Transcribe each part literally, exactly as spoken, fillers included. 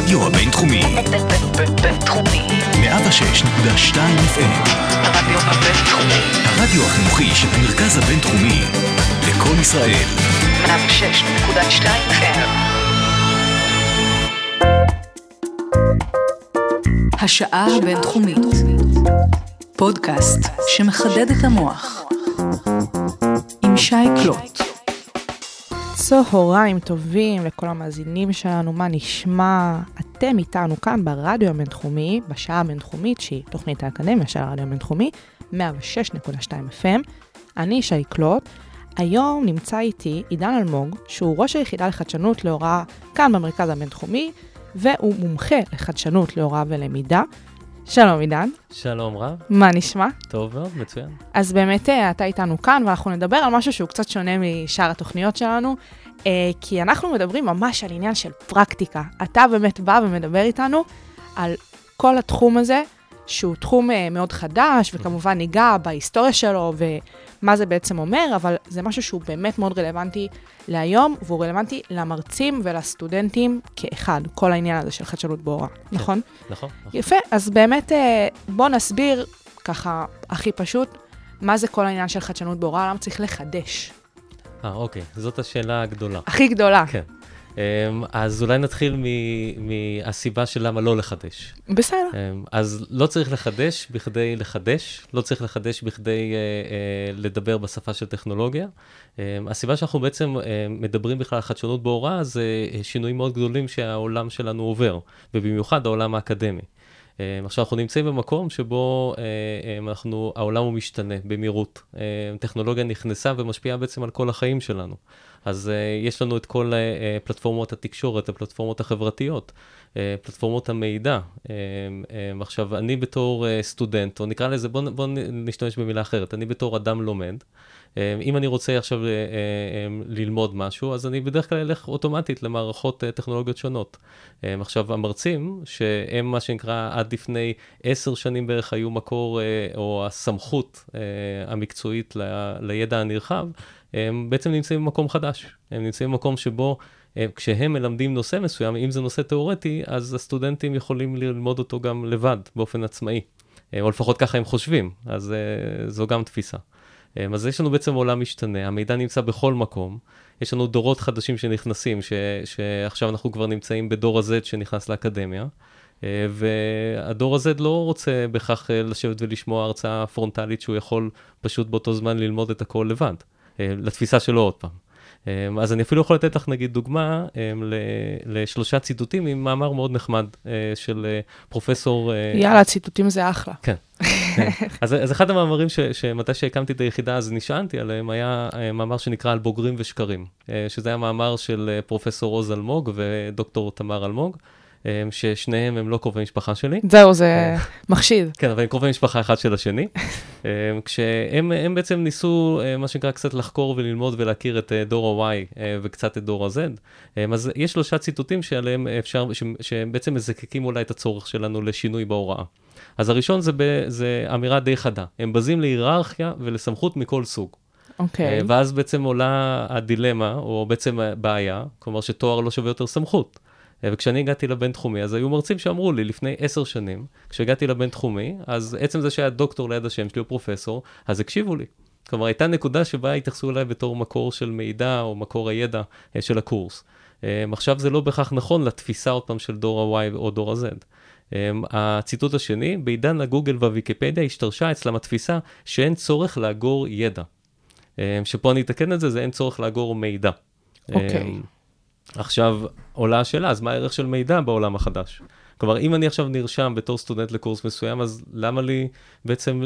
הרדיו הבינתחומי. בינתחומי. מאה ושש נקודה שתיים אף אם. הרדיו הבינתחומי. הרדיו החינוכי של המרכז הבינתחומי. לקול ישראל. מאה ושש נקודה שתיים אף אם. השעה הבינתחומית. פודקאסט שמחדד את המוח. עם שי קלוט. צהריים טובים לכל המאזינים שלנו, מה נשמע? אתם איתנו כאן ברדיו הבינתחומי, בשעה הבינתחומית שהיא תוכנית האקדמיה של הרדיו הבינתחומי, מאה ושש נקודה שתיים אף אם. אני שי קלוט. היום נמצא איתי עידן אלמוג, שהוא ראש היחידה לחדשנות להוראה כאן במרכז הבינתחומי, והוא מומחה לחדשנות להוראה ולמידה. שלום עידן. שלום רב. מה נשמע? טוב מאוד, מצוין. אז באמת אתה איתנו כאן, ואנחנו נדבר על משהו שהוא קצת שונה משאר התוכניות שלנו, כי אנחנו מדברים ממש על עניין של פרקטיקה. אתה באמת בא ומדבר איתנו על כל התחום הזה, שהוא תחום מאוד חדש, וכמובן ניגע בהיסטוריה שלו, ומה זה בעצם אומר, אבל זה משהו שהוא באמת מאוד רלוונטי להיום, והוא רלוונטי למרצים ולסטודנטים כאחד, כל העניין הזה של חדשנות בהוראה, נכון? נכון. יפה, אז באמת בוא נסביר ככה הכי פשוט, מה זה כל העניין של חדשנות בהוראה, למה צריך לחדש? אה, אוקיי, זאת השאלה הגדולה. הכי גדולה. כן. אז אולי נתחיל מהסיבה של למה לא לחדש. בסדר. אז לא צריך לחדש בכדי לחדש, לא צריך לחדש בכדי לדבר בשפה של טכנולוגיה. הסיבה שאנחנו בעצם מדברים בכלל על חדשנות בהוראה, זה שינויים מאוד גדולים שהעולם שלנו עובר, ובמיוחד העולם האקדמי. עכשיו אנחנו נמצאים במקום שבו אנחנו, העולם הוא משתנה במהירות. טכנולוגיה נכנסה ומשפיעה בעצם על כל החיים שלנו. אז uh, יש לנו את כל uh, פלטפורמות התקשורת, הפלטפורמות החברתיות, uh, פלטפורמות המידע. Uh, uh, עכשיו, אני בתור uh, סטודנט, או נקרא לזה, בואו בוא נשתמש במילה אחרת, אני בתור אדם לומד. Uh, אם אני רוצה עכשיו uh, uh, uh, ללמוד משהו, אז אני בדרך כלל אלך אוטומטית למערכות uh, טכנולוגיות שונות. Uh, עכשיו, המרצים, שהם מה שנקרא עד לפני עשר שנים בערך היו מקור, uh, או הסמכות uh, המקצועית ל, לידע הנרחב, הם בעצם נמצאים במקום חדש. הם נמצאים במקום שבו, כשהם מלמדים נושא מסוים, אם זה נושא תיאורטי, אז הסטודנטים יכולים ללמוד אותו גם לבד, באופן עצמאי. או לפחות ככה הם חושבים, אז זו גם תפיסה. אז יש לנו בעצם עולם משתנה, המידע נמצא בכל מקום, יש לנו דורות חדשים שנכנסים, ש, שעכשיו אנחנו כבר נמצאים בדור ה-Z שנכנס לאקדמיה, והדור הזה לא רוצה בכך לשבת ולשמוע הרצאה פרונטלית שהוא יכול פשוט באותו זמן ללמוד את הכל לבד. לתפיסה שלו עוד פעם. אז אני אפילו יכול לתת לך נגיד דוגמה לשלושה ציטוטים עם מאמר מאוד נחמד של פרופסור... יאללה, ציטוטים זה אחלה. כן. אז, אז אחד המאמרים ש, שמתי שהקמתי את היחידה אז נשענתי עליהם היה מאמר שנקרא על בוגרים ושקרים, שזה היה מאמר של פרופסור עוז אלמוג ודוקטור תמר אלמוג, ששניהם הם לא קרובי משפחה שלי. זהו, זה מחשיד. כן, אבל הם קרובי משפחה אחד של השני. כשהם הם בעצם ניסו, מה שנקרא, קצת לחקור וללמוד ולהכיר את דור ה-Y וקצת את דור ה-Z. אז יש שלושה ציטוטים שעליהם אפשר, שהם בעצם מזקקים אולי את הצורך שלנו לשינוי בהוראה. אז הראשון זה, ב, זה אמירה די חדה. הם בזים להיררכיה ולסמכות מכל סוג. אוקיי. ואז בעצם עולה הדילמה, או בעצם בעיה, כלומר שתואר לא שווה יותר סמכות. וכשאני הגעתי לבינתחומי, אז היו מרצים שאמרו לי לפני עשר שנים, כשהגעתי לבינתחומי, אז עצם זה שהיה דוקטור ליד השם שלי או פרופסור, אז הקשיבו לי. כלומר, הייתה נקודה שבה התייחסו אליי בתור מקור של מידע או מקור הידע של הקורס. עכשיו זה לא בכך נכון לתפיסה עוד פעם של דור ה-Y או דור ה-Z. הציטוט השני, בעידן הגוגל והוויקיפדיה השתרשה אצלם התפיסה שאין צורך לאגור ידע. שפה אני אתקן את זה, זה אין צורך לאגור מידע. אוקיי. עכשיו עולה השאלה, אז מה הערך של מידע בעולם החדש? כלומר, אם אני עכשיו נרשם בתור סטודנט לקורס מסוים, אז למה לי בעצם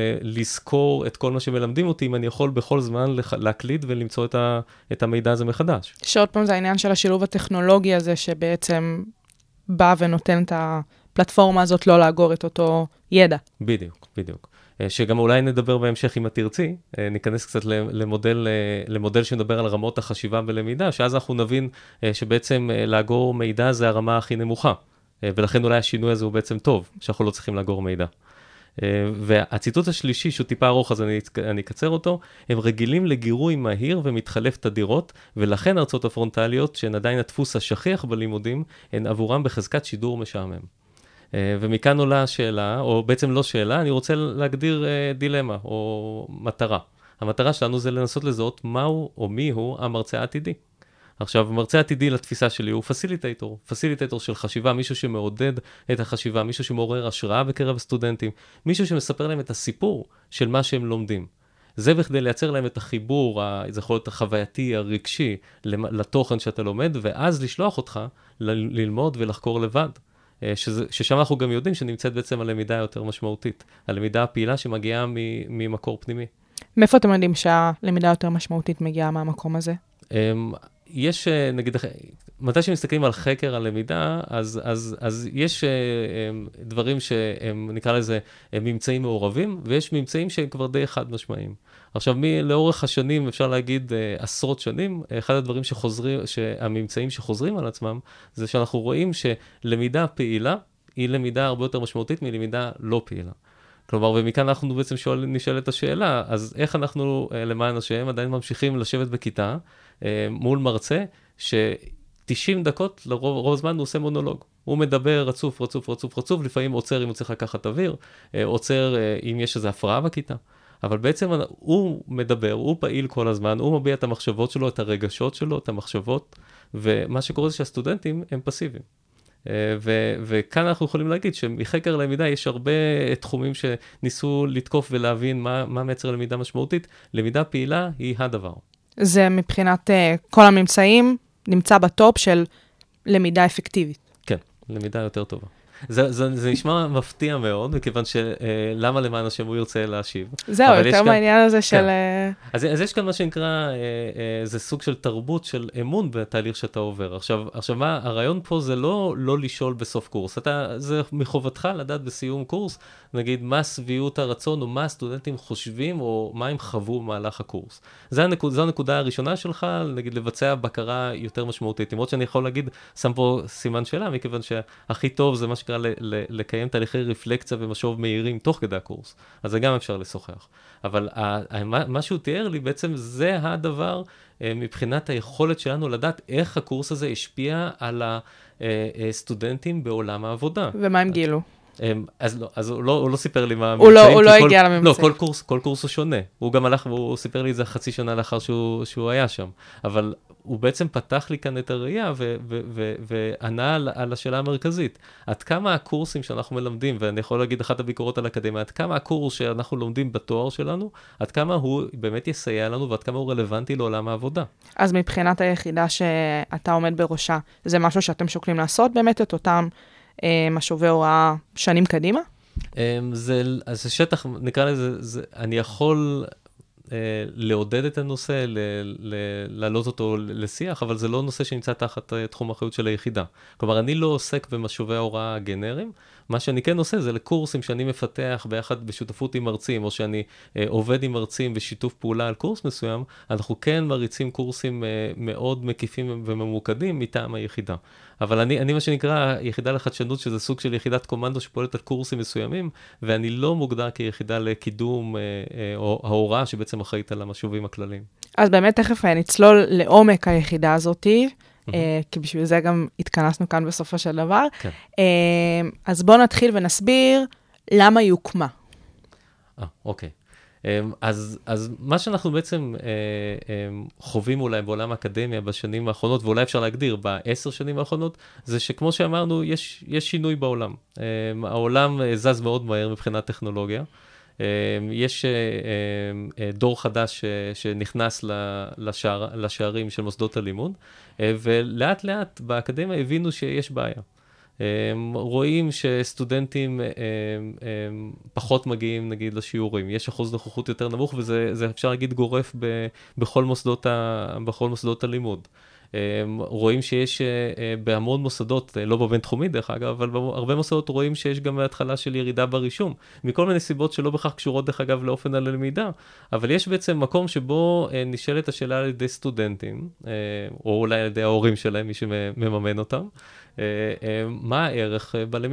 לזכור את כל מה שמלמדים אותי, אם אני יכול בכל זמן להקליד ולמצוא את, ה, את המידע הזה מחדש? שעוד פעם זה העניין של השילוב הטכנולוגי הזה, שבעצם בא ונותן את הפלטפורמה הזאת לא לאגור את אותו ידע. בדיוק, בדיוק. שגם אולי נדבר בהמשך אם את תרצי, ניכנס קצת למודל, למודל שמדבר על רמות החשיבה בלמידה, שאז אנחנו נבין שבעצם לאגור מידע זה הרמה הכי נמוכה, ולכן אולי השינוי הזה הוא בעצם טוב, שאנחנו לא צריכים לאגור מידע. והציטוט השלישי, שהוא טיפה ארוך, אז אני, אני אקצר אותו, הם רגילים לגירוי מהיר ומתחלף תדירות, ולכן הרצאות הפרונטליות, שהן עדיין הדפוס השכיח בלימודים, הן עבורם בחזקת שידור משעמם. ומכאן עולה השאלה, או בעצם לא שאלה, אני רוצה להגדיר דילמה או מטרה. המטרה שלנו זה לנסות לזהות מהו או מיהו המרצה העתידי. עכשיו, מרצה עתידי לתפיסה שלי הוא פסיליטייטור, פסיליטייטור של חשיבה, מישהו שמעודד את החשיבה, מישהו שמעורר השראה בקרב הסטודנטים, מישהו שמספר להם את הסיפור של מה שהם לומדים. זה בכדי לייצר להם את החיבור, זה יכול להיות החווייתי, הרגשי, לתוכן שאתה לומד, ואז לשלוח אותך ל- ללמוד ולחקור לבד. שזה, ששם אנחנו גם יודעים שנמצאת בעצם הלמידה יותר משמעותית, הלמידה הפעילה שמגיעה מ- ממקור פנימי. מאיפה אתם יודעים שהלמידה יותר משמעותית מגיעה מהמקום הזה? יש, נגיד, מתי שמסתכלים על חקר הלמידה, אז, אז, אז יש דברים שהם, נקרא לזה, הם ממצאים מעורבים, ויש ממצאים שהם כבר די חד משמעיים. עכשיו, מי, לאורך השנים, אפשר להגיד עשרות שנים, אחד הדברים שחוזרים, שהממצאים שחוזרים על עצמם, זה שאנחנו רואים שלמידה פעילה, היא למידה הרבה יותר משמעותית מלמידה לא פעילה. כלומר, ומכאן אנחנו בעצם שואל, נשאל את השאלה, אז איך אנחנו, למען השם, עדיין ממשיכים לשבת בכיתה, מול מרצה, ש-תשעים דקות, לרוב רוב הזמן הוא עושה מונולוג. הוא מדבר רצוף, רצוף, רצוף, רצוף, לפעמים עוצר אם הוא צריך לקחת אוויר, עוצר אם יש איזו הפרעה בכיתה. אבל בעצם הוא מדבר, הוא פעיל כל הזמן, הוא מביע את המחשבות שלו, את הרגשות שלו, את המחשבות, ומה שקורה זה שהסטודנטים הם פסיביים. ו- וכאן אנחנו יכולים להגיד שמחקר למידה יש הרבה תחומים שניסו לתקוף ולהבין מה, מה מייצר למידה משמעותית. למידה פעילה היא הדבר. זה מבחינת uh, כל הממצאים נמצא בטופ של למידה אפקטיבית. כן, למידה יותר טובה. זה, זה, זה נשמע מפתיע מאוד, מכיוון שלמה למען השם הוא ירצה להשיב. זהו, יותר מהעניין הזה של... כן. אז, אז יש כאן מה שנקרא, זה סוג של תרבות של אמון בתהליך שאתה עובר. עכשיו, עכשיו מה, הרעיון פה זה לא, לא לשאול בסוף קורס. אתה, זה מחובתך לדעת בסיום קורס, נגיד, מה סביעות הרצון, או מה הסטודנטים חושבים, או מה הם חוו במהלך הקורס. זה הנקוד, זו הנקודה הראשונה שלך, נגיד, לבצע בקרה יותר משמעותית. למרות שאני יכול להגיד, שם פה סימן שאלה, מכיוון שהכי טוב זה מה שקרה ל- ל- לקיים תהליכי רפלקציה ומשוב מהירים תוך כדי הקורס. אז זה גם אפשר לשוחח. אבל ה- מה, מה שהוא תיאר לי, בעצם זה הדבר, מבחינת היכולת שלנו לדעת איך הקורס הזה השפיע על הסטודנטים בעולם העבודה. ומה הם גילו? אז לא, אז הוא לא, הוא לא סיפר לי מה הממצאים. הוא לא, הוא לא הגיע לממצאים. לא, כל קורס, כל קורס הוא שונה. הוא גם הלך, והוא סיפר לי את זה חצי שנה לאחר שהוא, שהוא היה שם. אבל הוא בעצם פתח לי כאן את הראייה, ו, ו, ו, וענה על, על השאלה המרכזית. עד כמה הקורסים שאנחנו מלמדים, ואני יכול להגיד אחת הביקורות על האקדמיה, עד כמה הקורס שאנחנו לומדים בתואר שלנו, עד כמה הוא באמת יסייע לנו, ועד כמה הוא רלוונטי לעולם העבודה. אז מבחינת היחידה שאתה עומד בראשה, זה משהו שאתם שוקלים לעשות באמת את אותם משובי הוראה שנים קדימה? זה, זה שטח, נקרא לזה, זה, אני יכול לעודד את הנושא, להעלות אותו לשיח, אבל זה לא נושא שנמצא תחת תחום האחריות של היחידה. כלומר, אני לא עוסק במשובי ההוראה הגנריים, מה שאני כן עושה זה לקורסים שאני מפתח ביחד בשותפות עם מרצים, או שאני עובד עם מרצים בשיתוף פעולה על קורס מסוים, אנחנו כן מריצים קורסים מאוד מקיפים וממוקדים מטעם היחידה. אבל אני, אני מה שנקרא יחידה לחדשנות, שזה סוג של יחידת קומנדו שפועלת על קורסים מסוימים, ואני לא מוגדר כיחידה לקידום או ההוראה שבעצם אחראית על המשובים הכלליים. אז באמת תכף נצלול לעומק היחידה הזאת, כי בשביל זה גם התכנסנו כאן בסופו של דבר. כן. אז בואו נתחיל ונסביר למה היא הוקמה. אה, אוקיי. אז, אז מה שאנחנו בעצם אה, אה, חווים אולי בעולם האקדמיה בשנים האחרונות, ואולי אפשר להגדיר בעשר שנים האחרונות, זה שכמו שאמרנו, יש, יש שינוי בעולם. אה, העולם זז מאוד מהר מבחינת טכנולוגיה. אה, יש אה, אה, דור חדש אה, שנכנס לשער, לשערים של מוסדות הלימוד, אה, ולאט לאט באקדמיה הבינו שיש בעיה. רואים שסטודנטים פחות מגיעים, נגיד, לשיעורים. יש אחוז נוכחות יותר נמוך, וזה זה אפשר להגיד גורף ב, בכל מוסדות ה, בכל מוסדות הלימוד. רואים שיש בהמון מוסדות, לא בבין תחומי דרך אגב, אבל בהרבה מוסדות רואים שיש גם מההתחלה של ירידה ברישום, מכל מיני סיבות שלא בכך קשורות דרך אגב לאופן הלמידה, אבל יש בעצם מקום שבו נשאלת השאלה על ידי סטודנטים, או אולי על ידי ההורים שלהם, מי שמממן אותם, מה הערך בלמידה.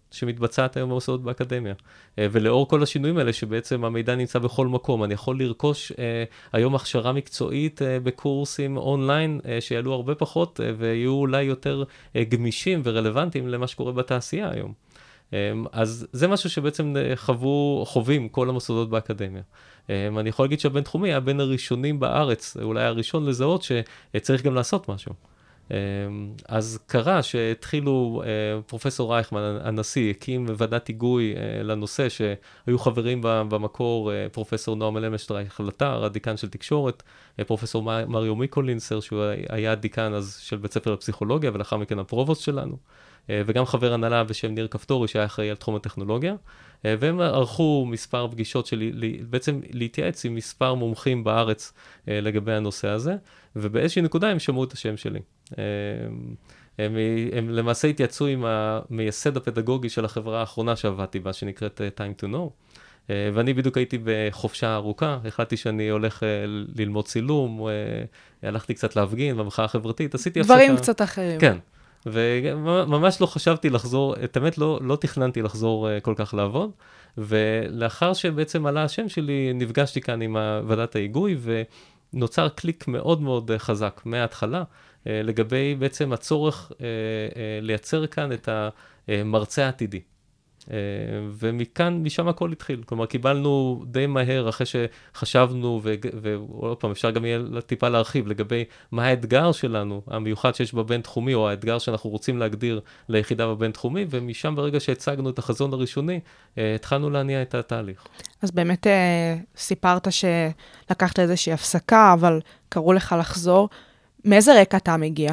שמתבצעת היום במוסדות באקדמיה. ולאור כל השינויים האלה, שבעצם המידע נמצא בכל מקום, אני יכול לרכוש היום הכשרה מקצועית בקורסים אונליין, שיעלו הרבה פחות, ויהיו אולי יותר גמישים ורלוונטיים למה שקורה בתעשייה היום. אז זה משהו שבעצם חוו, חווים כל המוסדות באקדמיה. אני יכול להגיד שהבינתחומי היה בין הראשונים בארץ, אולי הראשון לזהות שצריך גם לעשות משהו. אז קרה שהתחילו, פרופסור רייכמן, הנשיא, הקים ועדת היגוי לנושא, שהיו חברים במקור פרופסור נועם אלמשטרייך לטר, הדיקן של תקשורת, פרופסור מריו מיקולינסר, שהוא היה הדיקן אז של בית ספר לפסיכולוגיה, ולאחר מכן הפרובוסט שלנו, וגם חבר הנהלה בשם ניר כפתורי, שהיה אחראי על תחום הטכנולוגיה, והם ערכו מספר פגישות של בעצם להתייעץ עם מספר מומחים בארץ לגבי הנושא הזה, ובאיזושהי נקודה הם שמעו את השם שלי. הם, הם למעשה התייעצו עם המייסד הפדגוגי של החברה האחרונה שעבדתי בה, שנקראת Time to Know, ואני בדיוק הייתי בחופשה ארוכה, החלטתי שאני הולך ללמוד צילום, הלכתי קצת להפגין במחאה החברתית, עשיתי הפסקה. דברים קצת אחרים. כן. וממש לא חשבתי לחזור, את האמת לא, לא תכננתי לחזור כל כך לעבוד, ולאחר שבעצם עלה השם שלי, נפגשתי כאן עם ועדת ההיגוי, ונוצר קליק מאוד מאוד חזק מההתחלה, לגבי בעצם הצורך לייצר כאן את המרצה העתידי. ומכאן, משם הכל התחיל. כלומר, קיבלנו די מהר, אחרי שחשבנו, ועוד פעם, אפשר גם יהיה טיפה להרחיב, לגבי מה האתגר שלנו, המיוחד שיש בבין-תחומי, או האתגר שאנחנו רוצים להגדיר ליחידה בבין-תחומי, ומשם ברגע שהצגנו את החזון הראשוני, התחלנו להניע את התהליך. אז באמת סיפרת שלקחת איזושהי הפסקה, אבל קראו לך לחזור. מאיזה רקע אתה מגיע?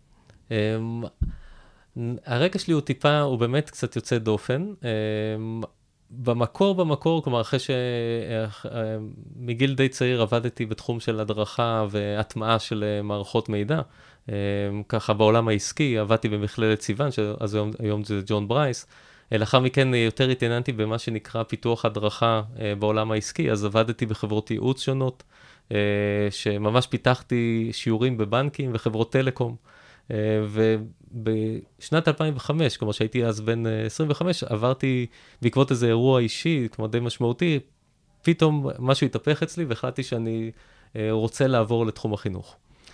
הרקע שלי הוא טיפה, הוא באמת קצת יוצא דופן. במקור, במקור, כלומר, אחרי שמגיל די צעיר עבדתי בתחום של הדרכה והטמעה של מערכות מידע, ככה בעולם העסקי, עבדתי במכללת סיוון, שאז היום, היום זה ג'ון ברייס. לאחר מכן יותר התעניינתי במה שנקרא פיתוח הדרכה בעולם העסקי, אז עבדתי בחברות ייעוץ שונות, שממש פיתחתי שיעורים בבנקים וחברות טלקום. ובשנת אלפיים וחמש, כלומר שהייתי אז בן עשרים וחמש, עברתי בעקבות איזה אירוע אישי, כמו די משמעותי, פתאום משהו התהפך אצלי, והחלטתי שאני רוצה לעבור לתחום החינוך.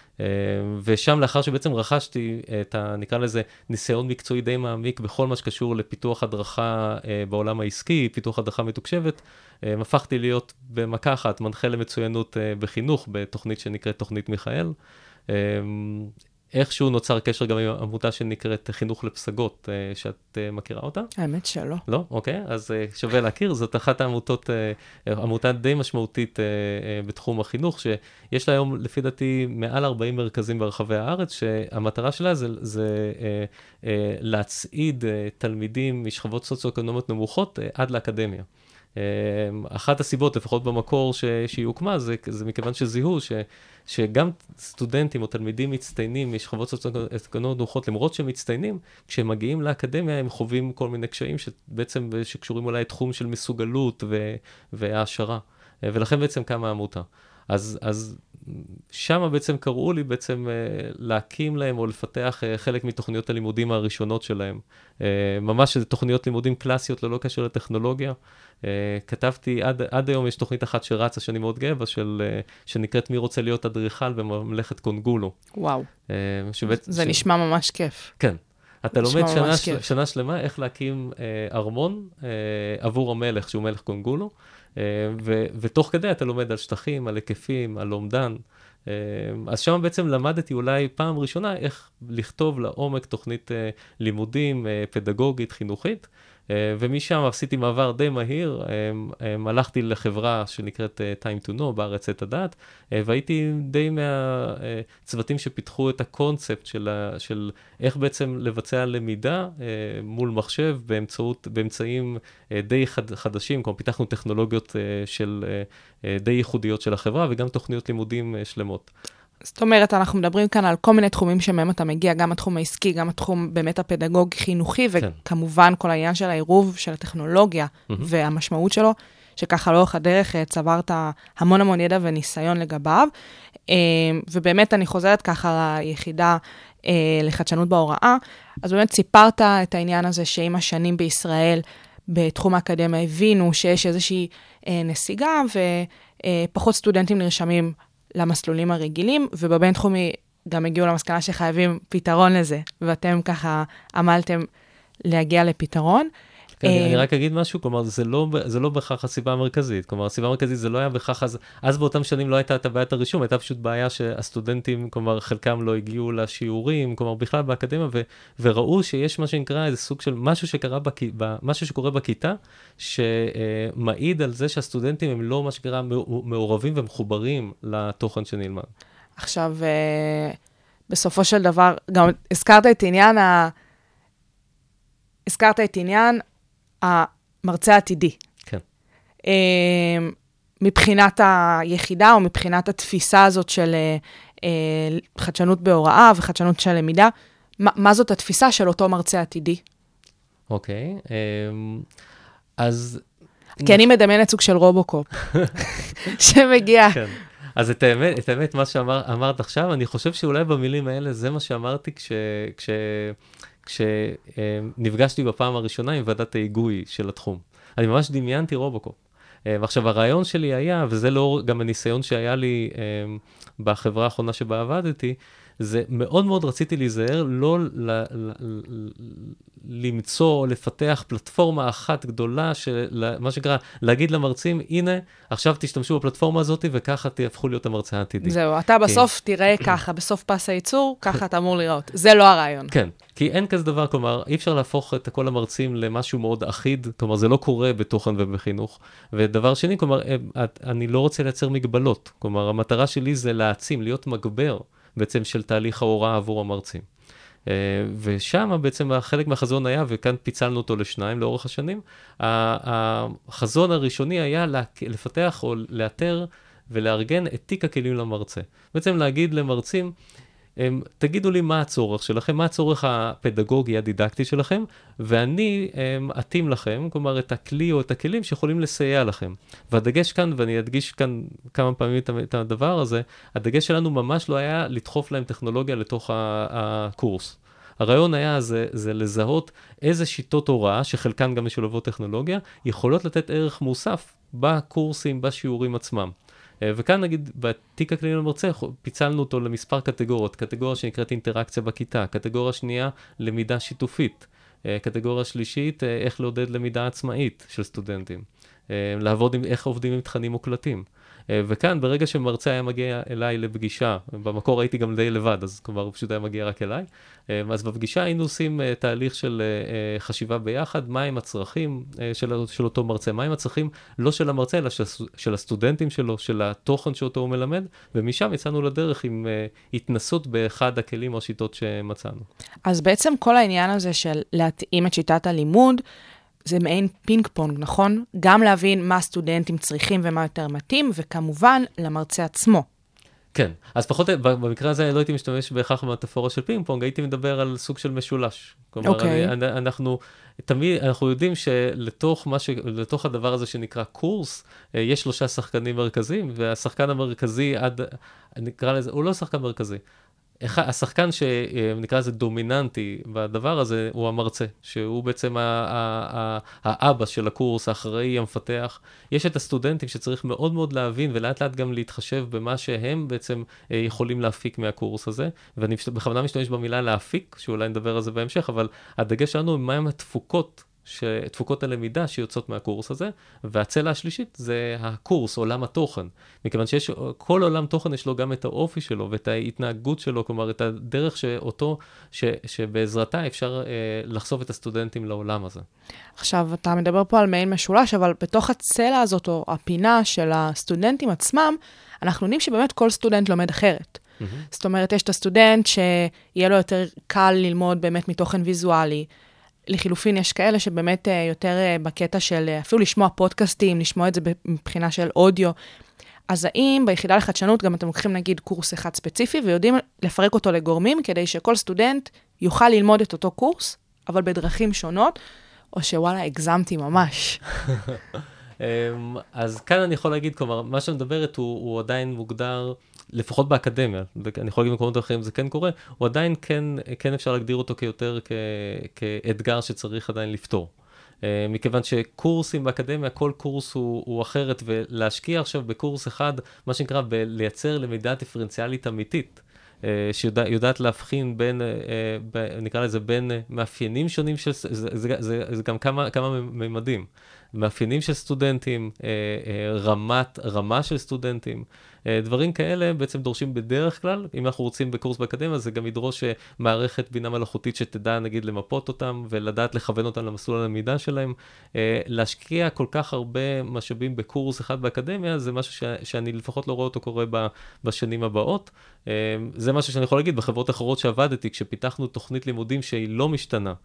ושם לאחר שבעצם רכשתי את ה, נקרא לזה, ניסיון מקצועי די מעמיק בכל מה שקשור לפיתוח הדרכה בעולם העסקי, פיתוח הדרכה מתוקשבת, הפכתי להיות במכה אחת מנחה למצוינות בחינוך, בתוכנית שנקראת תוכנית מיכאל. איכשהו נוצר קשר גם עם עמותה שנקראת חינוך לפסגות, שאת מכירה אותה? האמת שלא. לא? אוקיי. אז שווה להכיר. זאת אחת העמותות, עמותה די משמעותית בתחום החינוך, שיש לה היום, לפי דעתי, מעל ארבעים מרכזים ברחבי הארץ, שהמטרה שלה זה, זה להצעיד תלמידים משכבות סוציו-אקונומיות נמוכות עד לאקדמיה. אחת הסיבות, לפחות במקור שהיא הוקמה, זה, זה מכיוון שזיהו ש, שגם סטודנטים או תלמידים מצטיינים משכבות סוציו-אקונומיות נמוכות, למרות שהם מצטיינים, כשהם מגיעים לאקדמיה הם חווים כל מיני קשיים שבעצם שקשורים אולי תחום של מסוגלות ו, והעשרה. ולכן בעצם קמה העמותה. אז, אז שם בעצם קראו לי בעצם להקים להם או לפתח חלק מתוכניות הלימודים הראשונות שלהם. ממש זה תוכניות לימודים קלאסיות ללא קשר לטכנולוגיה. כתבתי, עד, עד היום יש תוכנית אחת שרצה שאני מאוד גאה בה, של, שנקראת מי רוצה להיות אדריכל בממלכת קונגולו. וואו, שבאת, זה ש... נשמע ממש כיף. כן. אתה לומד שנה, של, שנה שלמה איך להקים ארמון עבור המלך, שהוא מלך קונגולו. ו- ותוך כדי אתה לומד על שטחים, על היקפים, על לומדן. אז שם בעצם למדתי אולי פעם ראשונה איך לכתוב לעומק תוכנית לימודים פדגוגית, חינוכית, ומשם עשיתי מעבר די מהיר, הלכתי לחברה שנקראת Time to Know בארץ את הדעת, והייתי די מהצוותים שפיתחו את הקונספט של, של איך בעצם לבצע למידה מול מחשב באמצעות, באמצעים די חד, חדשים, כמו פיתחנו טכנולוגיות של די ייחודיות של החברה, וגם תוכניות לימודים שלמות. זאת אומרת, אנחנו מדברים כאן על כל מיני תחומים שמהם אתה מגיע, גם התחום העסקי, גם התחום באמת הפדגוגי, חינוכי, כן. וכמובן כל העניין של העירוב של הטכנולוגיה mm-hmm. והמשמעות שלו, שככה לאורך הדרך צברת המון המון ידע וניסיון לגביו. ובאמת אני חוזרת ככה ליחידה, לחדשנות בהוראה. אז באמת סיפרת את העניין הזה שעם השנים בישראל, בתחום האקדמיה הבינו שיש איזושהי נסיגה, ופחות סטודנטים נרשמים למסלולים הרגילים, ובבינתחומי גם הגיעו למסקנה שחייבים פתרון לזה, ואתם ככה עמלתם להגיע לפתרון. אני רק אגיד משהו, כלומר, זה לא, זה לא בכך הסיבה המרכזית, כלומר, הסיבה המרכזית זה לא היה בכך, אז, אז באותם שנים לא הייתה את בעיית הרישום, הייתה פשוט בעיה שהסטודנטים, כלומר, חלקם לא הגיעו לשיעורים, כלומר, בכלל באקדמיה, ו, וראו שיש מה שנקרא איזה סוג של משהו שקרה, בכ, משהו שקורה בכיתה, שמעיד על זה שהסטודנטים הם לא מה שקרה מעורבים ומחוברים לתוכן שנלמד. עכשיו, בסופו של דבר, גם הזכרת את עניין ה... הזכרת את עניין המרצה העתידי. כן. מבחינת היחידה, או מבחינת התפיסה הזאת של חדשנות בהוראה וחדשנות של למידה, מה זאת התפיסה של אותו מרצה עתידי? אוקיי, אז... כי אני מדמיינת סוג של רובוקופ, שמגיע... כן. אז את האמת, את האמת, מה שאמרת עכשיו, אני חושב שאולי במילים האלה, זה מה שאמרתי כש... כש... כשנפגשתי בפעם הראשונה עם ועדת ההיגוי של התחום. אני ממש דמיינתי רובוקופ. ועכשיו, הרעיון שלי היה, וזה לא גם הניסיון שהיה לי בחברה האחרונה שבה עבדתי, זה מאוד מאוד רציתי להיזהר, לא ל- ל- ל- למצוא או לפתח פלטפורמה אחת גדולה, של, מה שקרה, להגיד למרצים, הנה, עכשיו תשתמשו בפלטפורמה הזאת, וככה תהפכו להיות המרצה העתידי. זהו, אתה בסוף תראה ככה, בסוף פס הייצור, ככה אתה אמור לראות. זה לא הרעיון. כן, כי אין כזה דבר, כלומר, אי אפשר להפוך את כל המרצים למשהו מאוד אחיד, כלומר, זה לא קורה בתוכן ובחינוך. ודבר שני, כלומר, אני לא רוצה לייצר מגבלות, כלומר, המטרה שלי זה להעצים, להיות מגבר, בעצם של תהליך ההוראה עבור המרצים. ושם בעצם חלק מהחזון היה, וכאן פיצלנו אותו לשניים לאורך השנים, החזון הראשוני היה לפתח או לאתר ולארגן את תיק הכלים למרצה. בעצם להגיד למרצים, תגידו לי מה הצורך שלכם, מה הצורך הפדגוגי, הדידקטי שלכם, ואני אתאים לכם, כלומר את הכלי או את הכלים שיכולים לסייע לכם. והדגש כאן, ואני אדגיש כאן כמה פעמים את הדבר הזה, הדגש שלנו ממש לא היה לדחוף להם טכנולוגיה לתוך הקורס. הרעיון היה זה, זה לזהות איזה שיטות הוראה, שחלקן גם משולבות טכנולוגיה, יכולות לתת ערך מוסף בקורסים, בשיעורים עצמם. וכאן נגיד, בתיק הכללי למרצה, פיצלנו אותו למספר קטגוריות, קטגוריה שנקראת אינטראקציה בכיתה, קטגוריה שנייה, למידה שיתופית, קטגוריה שלישית, איך לעודד למידה עצמאית של סטודנטים, לעבוד עם, איך עובדים עם תכנים מוקלטים. וכאן, ברגע שמרצה היה מגיע אליי לפגישה, במקור הייתי גם די לבד, אז כלומר הוא פשוט היה מגיע רק אליי, אז בפגישה היינו עושים תהליך של חשיבה ביחד, מהם הצרכים של, של אותו מרצה, מהם הצרכים לא של המרצה, אלא של, של הסטודנטים שלו, של התוכן שאותו הוא מלמד, ומשם יצאנו לדרך עם התנסות באחד הכלים או השיטות שמצאנו. אז בעצם כל העניין הזה של להתאים את שיטת הלימוד, זה מעין פינג פונג, נכון? גם להבין מה הסטודנטים צריכים ומה יותר מתאים, וכמובן למרצה עצמו. כן, אז פחות, במקרה הזה לא הייתי משתמש בהכרח במטאפורה של פינג פונג, הייתי מדבר על סוג של משולש. כלומר, okay. אני, אנחנו, תמיד, אנחנו יודעים שלתוך מה ש, לתוך הדבר הזה שנקרא קורס, יש שלושה שחקנים מרכזיים, והשחקן המרכזי עד, נקרא לזה, הוא לא שחקן מרכזי. השחקן שנקרא לזה דומיננטי בדבר הזה הוא המרצה, שהוא בעצם האבא של הקורס, האחראי, המפתח. יש את הסטודנטים שצריך מאוד מאוד להבין ולאט לאט גם להתחשב במה שהם בעצם יכולים להפיק מהקורס הזה, ואני בכוונה משתמש במילה להפיק, שאולי נדבר על זה בהמשך, אבל הדגש שלנו מה הם התפוקות, תפוקות הלמידה שיוצאות מהקורס הזה, והצלע השלישית זה הקורס, עולם התוכן. מכיוון שיש, כל עולם תוכן יש לו גם את האופי שלו, ואת ההתנהגות שלו, כלומר, את הדרך שאותו, ש, שבעזרתה אפשר אה, לחשוף את הסטודנטים לעולם הזה. עכשיו, אתה מדבר פה על מעין משולש, אבל בתוך הצלע הזאת, או הפינה של הסטודנטים עצמם, אנחנו יודעים שבאמת כל סטודנט לומד אחרת. Mm-hmm. זאת אומרת, יש את הסטודנט שיהיה לו יותר קל ללמוד באמת מתוכן ויזואלי, לחילופין יש כאלה שבאמת יותר בקטע של אפילו לשמוע פודקאסטים, לשמוע את זה מבחינה של אודיו. אז האם ביחידה לחדשנות גם אתם לוקחים נגיד קורס אחד ספציפי ויודעים לפרק אותו לגורמים כדי שכל סטודנט יוכל ללמוד את אותו קורס, אבל בדרכים שונות, או שוואלה, הגזמתי ממש. אז כאן אני יכול להגיד, כלומר, מה שמדברת הוא, הוא עדיין מוגדר, לפחות באקדמיה, אני יכול להגיד במקומות אחרים זה כן קורה, הוא עדיין כן, כן אפשר להגדיר אותו כיותר כ, כאתגר שצריך עדיין לפתור. מכיוון שקורסים באקדמיה, כל קורס הוא, הוא אחרת, ולהשקיע עכשיו בקורס אחד, מה שנקרא, לייצר למידה דיפרנציאלית אמיתית, שיודעת להבחין בין, נקרא לזה, בין מאפיינים שונים של, זה, זה, זה, זה גם כמה, כמה ממדים. מאפיינים של סטודנטים, רמת, רמה של סטודנטים, דברים כאלה בעצם דורשים בדרך כלל, אם אנחנו רוצים בקורס באקדמיה, זה גם ידרוש מערכת בינה מלאכותית שתדע, נגיד, למפות אותם, ולדעת לכוון אותם למסלול הלמידה שלהם. להשקיע כל כך הרבה משאבים בקורס אחד באקדמיה, זה משהו ש- שאני לפחות לא רואה אותו קורה ב- בשנים הבאות. זה משהו שאני יכול להגיד, בחברות אחרות שעבדתי, כשפיתחנו תוכנית לימודים שהיא לא משתנה,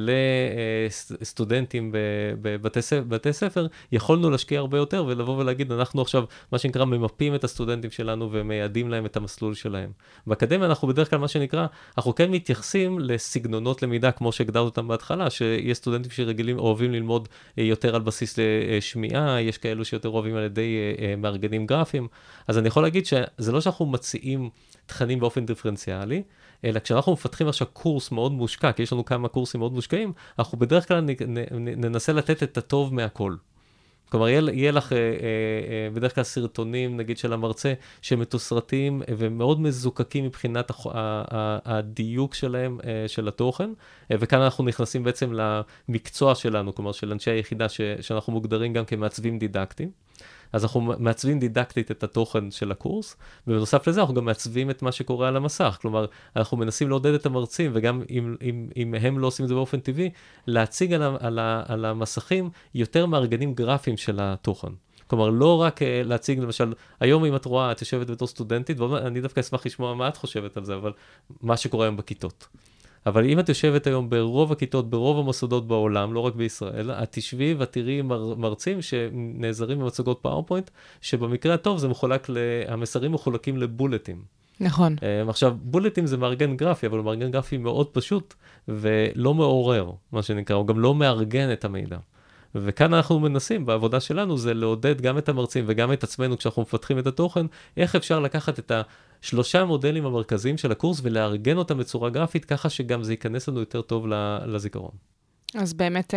לסטודנטים בבתי ספר, בתי ספר, יכולנו להשקיע הרבה יותר ולבוא ולהגיד, אנחנו עכשיו, מה שנקרא, ממפים את הסטודנטים שלנו ומייעדים להם את המסלול שלהם. באקדמיה אנחנו בדרך כלל, מה שנקרא, אנחנו כן מתייחסים לסגנונות למידה, כמו שהגדרת אותם בהתחלה, שיש סטודנטים שרגילים, אוהבים ללמוד יותר על בסיס שמיעה, יש כאלו שיותר אוהבים על ידי מארגנים גרפיים. אז אני יכול להגיד שזה לא שאנחנו מציעים תכנים באופן דיפרנציאלי, אלא כשאנחנו מפתחים עכשיו קורס מאוד מושקע, כי יש לנו כמה קורסים מאוד מושקעים, אנחנו בדרך כלל ננסה לתת את הטוב מהכל. כלומר, יהיה, יהיה לך אה, אה, בדרך כלל סרטונים, נגיד, של המרצה, שמתוסרטים ומאוד מזוקקים מבחינת הח, הדיוק שלהם, אה, של התוכן, אה, וכאן אנחנו נכנסים בעצם למקצוע שלנו, כלומר, של אנשי היחידה, ש, שאנחנו מוגדרים גם כמעצבים דידקטיים. אז אנחנו מעצבים דידקטית את התוכן של הקורס, ובנוסף לזה אנחנו גם מעצבים את מה שקורה על המסך. כלומר, אנחנו מנסים לעודד את המרצים, וגם אם, אם, אם הם לא עושים את זה באופן טבעי, להציג על, על, על המסכים יותר מארגנים גרפיים של התוכן. כלומר, לא רק להציג, למשל, היום אם את רואה, את יושבת בתור סטודנטית, ואני דווקא אשמח לשמוע מה את חושבת על זה, אבל מה שקורה היום בכיתות. אבל אם את יושבת היום ברוב הכיתות, ברוב המוסדות בעולם, לא רק בישראל, את תשבי ותראי מר, מרצים שנעזרים במצגות פאורפוינט, שבמקרה הטוב זה מחולק, המסרים מחולקים לבולטים. נכון. עכשיו, בולטים זה מארגן גרפי, אבל הוא מארגן גרפי מאוד פשוט, ולא מעורר, מה שנקרא, הוא גם לא מארגן את המידע. וכאן אנחנו מנסים, בעבודה שלנו, זה לעודד גם את המרצים וגם את עצמנו, כשאנחנו מפתחים את התוכן, איך אפשר לקחת את השלושה מודלים המרכזיים של הקורס, ולארגן אותם בצורה גרפית, ככה שגם זה ייכנס לנו יותר טוב לזיכרון. אז באמת,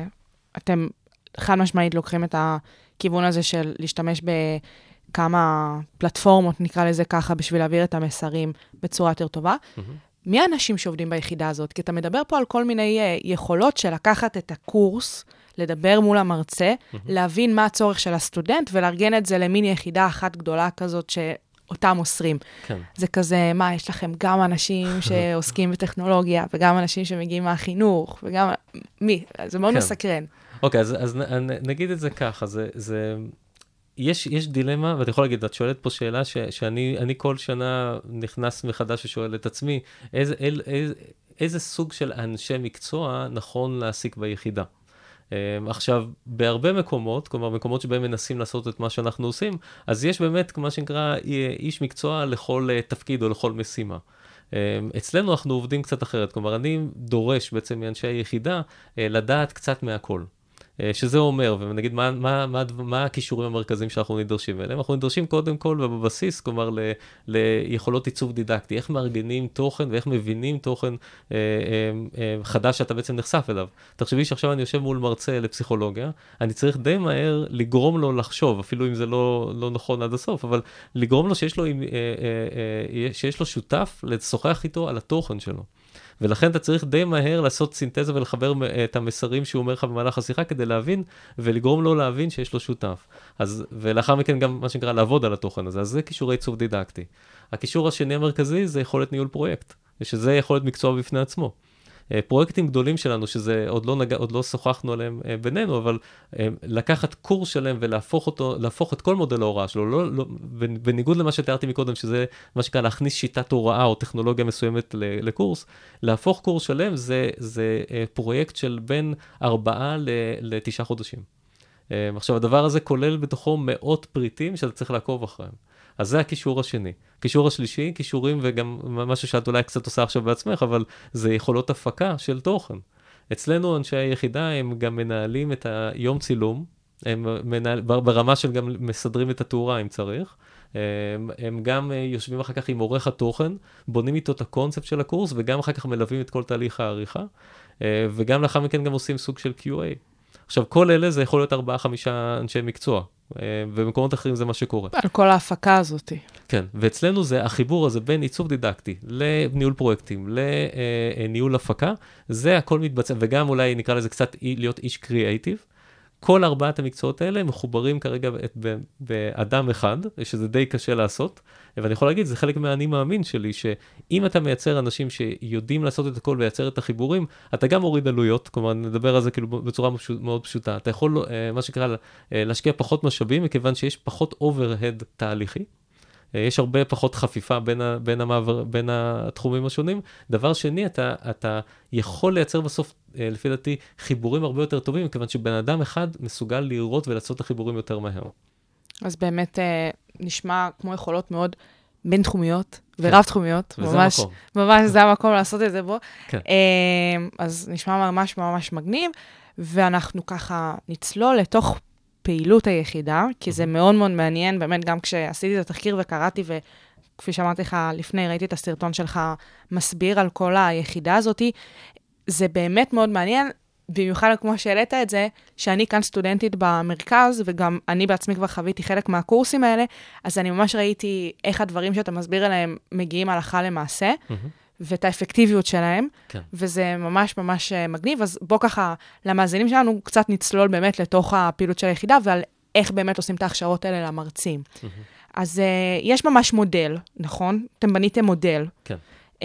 אתם חד משמעית לוקחים את הכיוון הזה של להשתמש בכמה פלטפורמות, נקרא לזה ככה, בשביל להעביר את המסרים בצורה יותר טובה. Mm-hmm. מי האנשים שעובדים ביחידה הזאת? כי אתה מדבר פה על כל מיני יכולות של לקחת את הקורס, לדבר מול המרצה, mm-hmm. להבין מה הצורך של הסטודנט, ולארגן את זה למין יחידה אחת גדולה כזאת שאותם מוסרים. כן. זה כזה, מה, יש לכם גם אנשים שעוסקים בטכנולוגיה, וגם אנשים שמגיעים מהחינוך, וגם מי? זה מאוד כן. מסקרן. אוקיי, אז, אז נ, נגיד את זה ככה, זה... זה... יש, יש דילמה, ואתה יכול להגיד, את שואלת פה שאלה ש, שאני אני כל שנה נכנס מחדש ושואל את עצמי, איזה, איזה, איזה, איזה סוג של אנשי מקצוע נכון להעסיק ביחידה? עכשיו, בהרבה מקומות, כלומר, מקומות שבהם מנסים לעשות את מה שאנחנו עושים, אז יש באמת, מה שנקרא, איש מקצוע לכל תפקיד או לכל משימה. אצלנו אנחנו עובדים קצת אחרת, כלומר, אני דורש בעצם מאנשי היחידה לדעת קצת מהכל. שזה אומר, ונגיד, מה, מה, מה, מה הכישורים המרכזיים שאנחנו נדרשים אליהם? אנחנו נדרשים קודם כל ובבסיס, כלומר, ל, ליכולות עיצוב דידקטי, איך מארגנים תוכן ואיך מבינים תוכן אה, אה, אה, חדש שאתה בעצם נחשף אליו. תחשבי שעכשיו אני יושב מול מרצה לפסיכולוגיה, אני צריך די מהר לגרום לו לחשוב, אפילו אם זה לא, לא נכון עד הסוף, אבל לגרום לו שיש לו, אה, אה, אה, שיש לו שותף לשוחח איתו על התוכן שלו. ולכן אתה צריך די מהר לעשות סינתזה ולחבר את המסרים שהוא אומר לך במהלך השיחה, כדי להבין ולגרום לו להבין שיש לו שותף. אז, ולאחר מכן גם מה שנקרא לעבוד על התוכן הזה. אז זה קישור עיצוב דידקטי. הקישור השני המרכזי זה יכולת ניהול פרויקט, שזה יכולת מקצוע בפני עצמו. פרויקטים גדולים שלנו, שזה עוד לא, נגע, עוד לא שוחחנו עליהם בינינו, אבל לקחת קורס שלם ולהפוך אותו, להפוך את כל מודל ההוראה שלו, לא, לא, בניגוד למה שתיארתי מקודם, שזה מה שקרה להכניס שיטת הוראה או טכנולוגיה מסוימת לקורס, להפוך קורס שלם זה, זה פרויקט של בין ארבעה לתשעה חודשים. עכשיו, הדבר הזה כולל בתוכו מאות פריטים שאתה צריך לעקוב אחריהם. אז זה הקישור השני. קישור השלישי, קישורים וגם משהו שאת אולי קצת עושה עכשיו בעצמך, אבל זה יכולות הפקה של תוכן. אצלנו אנשי היחידה הם גם מנהלים את היום צילום, הם מנהל, ברמה של גם מסדרים את התאורה אם צריך. הם, הם גם יושבים אחר כך עם עורך התוכן, בונים איתו את הקונספט של הקורס, וגם אחר כך מלווים את כל תהליך העריכה, וגם לאחר מכן גם עושים סוג של קיו איי. עכשיו, כל אלה זה יכול להיות ארבעה, חמישה אנשי מקצוע, ובמקומות אחרים זה מה שקורה. על כל ההפקה הזאת. כן, ואצלנו זה החיבור הזה בין עיצוב דידקטי לניהול פרויקטים, לניהול הפקה, זה הכל מתבצע, וגם אולי נקרא לזה קצת להיות איש קריאייטיב. כל ארבעת המקצועות האלה מחוברים כרגע באדם אחד, שזה די קשה לעשות, ואני יכול להגיד, זה חלק מהאני מאמין שלי, שאם אתה מייצר אנשים שיודעים לעשות את הכל וייצר את החיבורים, אתה גם מוריד עלויות, כלומר נדבר על זה כאילו בצורה מאוד פשוטה, אתה יכול, מה שקרה, להשקיע פחות משאבים, מכיוון שיש פחות אוברהד תהליכי, יש הרבה פחות חפיפה בין, ה, בין, המעבר, בין התחומים השונים. דבר שני, אתה, אתה יכול לייצר בסוף, לפי דעתי, חיבורים הרבה יותר טובים, מכיוון שבן אדם אחד מסוגל לראות ולעשות את החיבורים יותר מהר. אז באמת נשמע כמו יכולות מאוד בין-תחומיות ורב-תחומיות. וזה ממש, המקום. ממש זה המקום לעשות את זה בו. כן. אז נשמע ממש ממש מגניב, ואנחנו ככה נצלול לתוך פעילות היחידה, כי זה מאוד מאוד מעניין, באמת גם כשעשיתי את התחקיר וקראתי, וכפי שאמרתי לך לפני, ראיתי את הסרטון שלך מסביר על כל היחידה הזאת, זה באמת מאוד מעניין, במיוחד כמו שהעלית את זה, שאני כאן סטודנטית במרכז, וגם אני בעצמי כבר חוויתי חלק מהקורסים האלה, אז אני ממש ראיתי איך הדברים שאתה מסביר עליהם מגיעים הלכה למעשה, ואת האפקטיביות שלהם, כן. וזה ממש ממש מגניב, אז בוא ככה, למאזינים שלנו קצת נצלול באמת לתוך הפעילות של היחידה, ועל איך באמת עושים את ההכשרות האלה למרצים. Mm-hmm. אז uh, יש ממש מודל, נכון? אתם בניתם מודל. כן. Uh,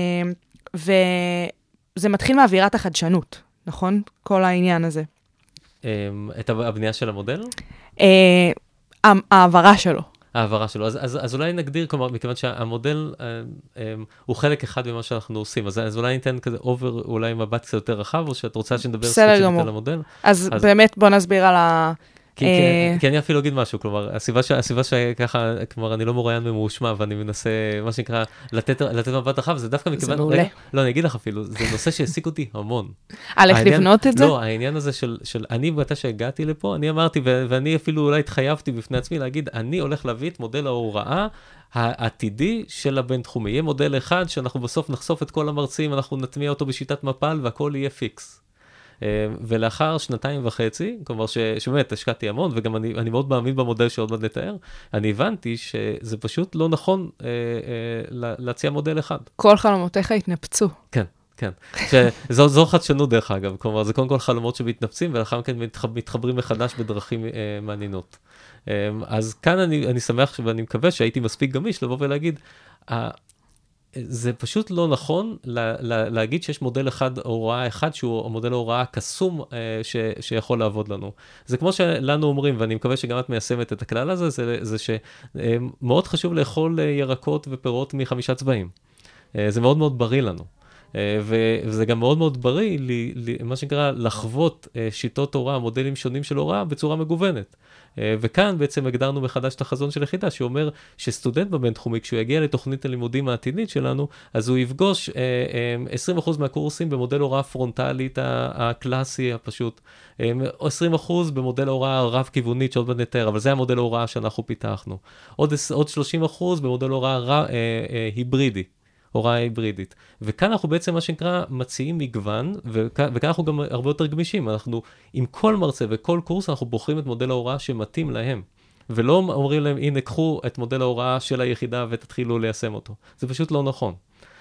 וזה מתחיל מאווירת החדשנות, נכון? כל העניין הזה. Um, את הבנייה של המודל? Uh, העברה שלו. העברה שלו. אז, אז, אז אולי נגדיר, כלומר, מכיוון שהמודל אה, אה, הוא חלק אחד במה שאנחנו עושים, אז, אז אולי ניתן כזה אובר, אולי מבט קצת יותר רחב, או שאת רוצה שנדבר ספציפית על המודל? אז, אז באמת בוא נסביר על ה... כי, כי, כי אני אפילו אגיד משהו, כלומר, הסיבה, ש, הסיבה שככה, כלומר, אני לא מוריין ממושמע, ואני מנסה, מה שנקרא, לתת, לתת מבט רחב, זה דווקא מכיוון... זה מעולה. רגע, לא, אני אגיד לך אפילו, זה נושא שהעסיק אותי המון. על איך לבנות את זה? לא, העניין הזה של, של אני, בתה שהגעתי לפה, אני אמרתי, ו, ואני אפילו אולי התחייבתי בפני עצמי להגיד, אני הולך להביא את מודל ההוראה העתידי של הבינתחומי. יהיה מודל אחד שאנחנו בסוף נחשוף את כל המרצים, אנחנו נטמיע אותו בשיטת מפל, והכל יהיה פיקס. ולאחר שנתיים וחצי, כלומר ש, שבאמת השקעתי המון, וגם אני, אני מאוד מאמין במודל שעוד מעט נתאר, אני הבנתי שזה פשוט לא נכון אה, אה, להציע מודל אחד. כל חלומותיך התנפצו. כן, כן. שזו, זו חדשנות דרך אגב, כלומר זה קודם כל חלומות שמתנפצים, ולאחר מכן מתחב, מתחברים מחדש בדרכים אה, מעניינות. אה, אז כאן אני, אני שמח ואני מקווה שהייתי מספיק גמיש לבוא ולהגיד, אה, זה פשוט לא נכון לה, לה, להגיד שיש מודל אחד, הוראה אחד, שהוא מודל הוראה קסום אה, ש, שיכול לעבוד לנו. זה כמו שלנו אומרים, ואני מקווה שגם את מיישמת את הכלל הזה, זה, זה שמאוד חשוב לאכול ירקות ופירות מחמישה צבעים. אה, זה מאוד מאוד בריא לנו. אה, וזה גם מאוד מאוד בריא, לי, לי, מה שנקרא, לחוות אה, שיטות הוראה, מודלים שונים של הוראה בצורה מגוונת. וכאן בעצם הגדרנו מחדש את החזון של יחידה, שאומר שסטודנט בבינתחומי, כשהוא יגיע לתוכנית הלימודים העתידית שלנו, אז הוא יפגוש עשרים אחוז מהקורסים במודל הוראה פרונטלית הקלאסי הפשוט, עשרים אחוז במודל הוראה רב-כיוונית שעוד בנתר, אבל זה המודל הוראה שאנחנו פיתחנו. עוד, עוד שלושים אחוז במודל הוראה רב, היברידי. הוראה היברידית. וכאן אנחנו בעצם מה שנקרא מציעים מגוון, וכאן, וכאן אנחנו גם הרבה יותר גמישים. אנחנו עם כל מרצה וכל קורס אנחנו בוחרים את מודל ההוראה שמתאים להם. ולא אומרים להם, הנה, קחו את מודל ההוראה של היחידה ותתחילו ליישם אותו. זה פשוט לא נכון.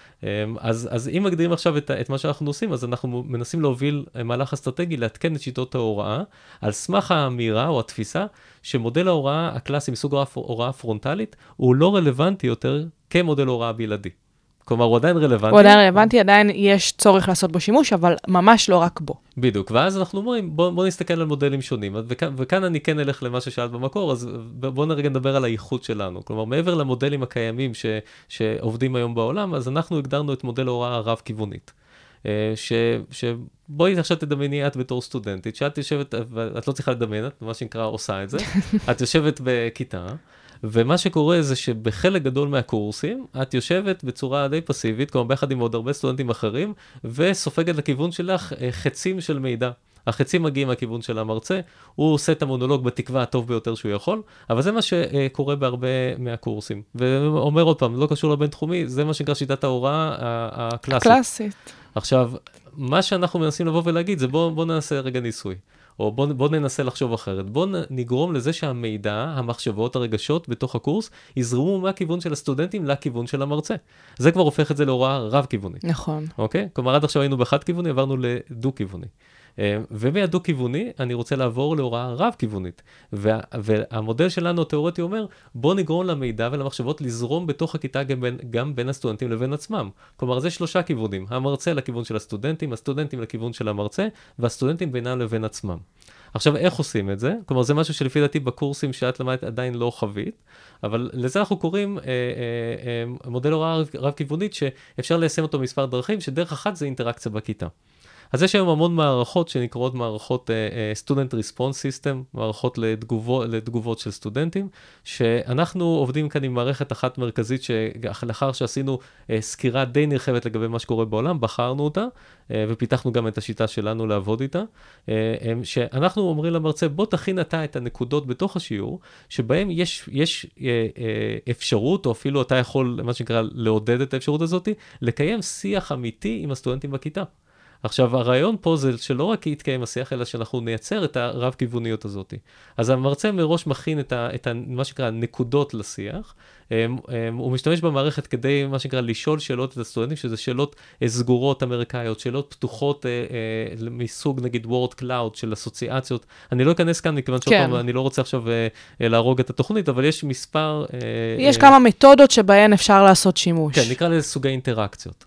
אז, אז אם מגדירים עכשיו את, את מה שאנחנו עושים, אז אנחנו מנסים להוביל מהלך אסטרטגי, להתקן את שיטות ההוראה, על סמך האמירה או התפיסה, שמודל ההוראה הקלאסי מסוג הוראה פרונטלית, הוא לא רלוונטי יותר כמודל הוראה בלעדי. כלומר, הוא עדיין רלוונטי. הוא עדיין רלוונטי, עדיין יש צורך לעשות בו שימוש, אבל ממש לא רק בו. בדיוק, ואז אנחנו אומרים, בוא, בוא נסתכל על מודלים שונים, וכאן, וכאן אני כן אלך למה ששאלת במקור, אז בוא נרגע נדבר על הייחוד שלנו. כלומר, מעבר למודלים הקיימים ש, שעובדים היום בעולם, אז אנחנו הגדרנו את מודל ההוראה הרב-כיוונית. ש, שבואי עכשיו תדמייני את בתור סטודנטית, שאת יושבת, ואת לא צריכה לדמיין, את מה שנקרא עושה את זה, את יושבת בכיתה, ומה שקורה זה שבחלק גדול מהקורסים, את יושבת בצורה די פסיבית, כלומר ביחד עם עוד הרבה סטודנטים אחרים, וסופגת לכיוון שלך חצים של מידע. החצים מגיעים מהכיוון של המרצה, הוא עושה את המונולוג בתקווה הטוב ביותר שהוא יכול, אבל זה מה שקורה בהרבה מהקורסים. ואומר עוד פעם, לא קשור לבינתחומי, זה מה שנקרא שיטת ההוראה הקלאסית. קלאסית. עכשיו, מה שאנחנו מנסים לבוא ולהגיד זה בוא, בוא נעשה רגע ניסוי, או בוא, בוא ננסה לחשוב אחרת. בוא נגרום לזה שהמידע, המחשבות, הרגשות בתוך הקורס, יזרמו מהכיוון של הסטודנטים לכיוון של המרצה. זה כבר הופך את זה להוראה רב-כיוונית. נכון. אוקיי? כלומר, עד עכשיו היינו בחד-כיווני, עברנו לדו-כיווני. ומהדו-כיווני אני רוצה לעבור להוראה רב-כיוונית. וה, והמודל שלנו התיאורטי אומר, בוא נגרום למידע ולמחשבות לזרום בתוך הכיתה גם בין, גם בין הסטודנטים לבין עצמם. כלומר, זה שלושה כיוונים. המרצה לכיוון של הסטודנטים, הסטודנטים לכיוון של המרצה, והסטודנטים בינם לבין עצמם. עכשיו, איך עושים את זה? כלומר, זה משהו שלפי דעתי בקורסים שאת למדת עדיין לא חווית, אבל לזה אנחנו קוראים אה, אה, אה, מודל הוראה רב-כיוונית שאפשר ליישם אותו מספר דרכים, שדרך אחת זה אינטראקציה בכיתה. אז יש היום המון מערכות שנקראות מערכות uh, Student Response System, מערכות לתגובות, לתגובות של סטודנטים, שאנחנו עובדים כאן עם מערכת אחת מרכזית שלאחר שעשינו uh, סקירה די נרחבת לגבי מה שקורה בעולם, בחרנו אותה, uh, ופיתחנו גם את השיטה שלנו לעבוד איתה, uh, um, שאנחנו אומרים למרצה, בוא תכין אתה את הנקודות בתוך השיעור, שבהם יש, יש uh, uh, אפשרות, או אפילו אתה יכול, מה שנקרא, לעודד את האפשרות הזאת, לקיים שיח אמיתי עם הסטודנטים בכיתה. עכשיו, הרעיון פה זה שלא רק יתקיים השיח, אלא שאנחנו נייצר את הרב-כיווניות הזאת. אז המרצה מראש מכין את, ה, את ה, מה שקרא נקודות לשיח, הוא משתמש במערכת כדי, מה שנקרא, לשאול שאלות את הסטודנטים, שזה שאלות סגורות אמריקאיות, שאלות פתוחות מסוג, נגיד, word cloud של אסוציאציות. אני לא אכנס כאן, מכיוון שעוד פעם, אני לא רוצה עכשיו להרוג את התוכנית, אבל יש מספר... יש כמה מתודות שבהן אפשר לעשות שימוש. כן, נקרא לזה סוגי אינטראקציות.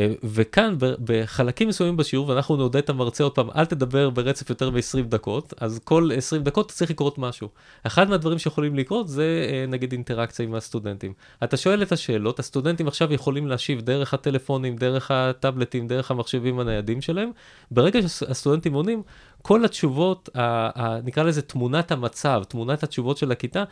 וכאן, בחלקים מסוימים בשיעור, ואנחנו נעודד את המרצה עוד פעם, אל תדבר ברצף יותר מ-עשרים דקות, אז כל עשרים דקות צריך לקרות משהו. אחד מהדברים שיכולים לקרות זה, נגיד, אינטראקציה עם הסטודנטים. אתה שואל את השאלות, הסטודנטים עכשיו יכולים להשיב דרך הטלפונים, דרך הטאבלטים, דרך המחשבים הניידים שלהם. ברגע שהסטודנטים עונים, כל התשובות, נקרא לזה תמונת המצב, תמונת התשובות של הכיתה,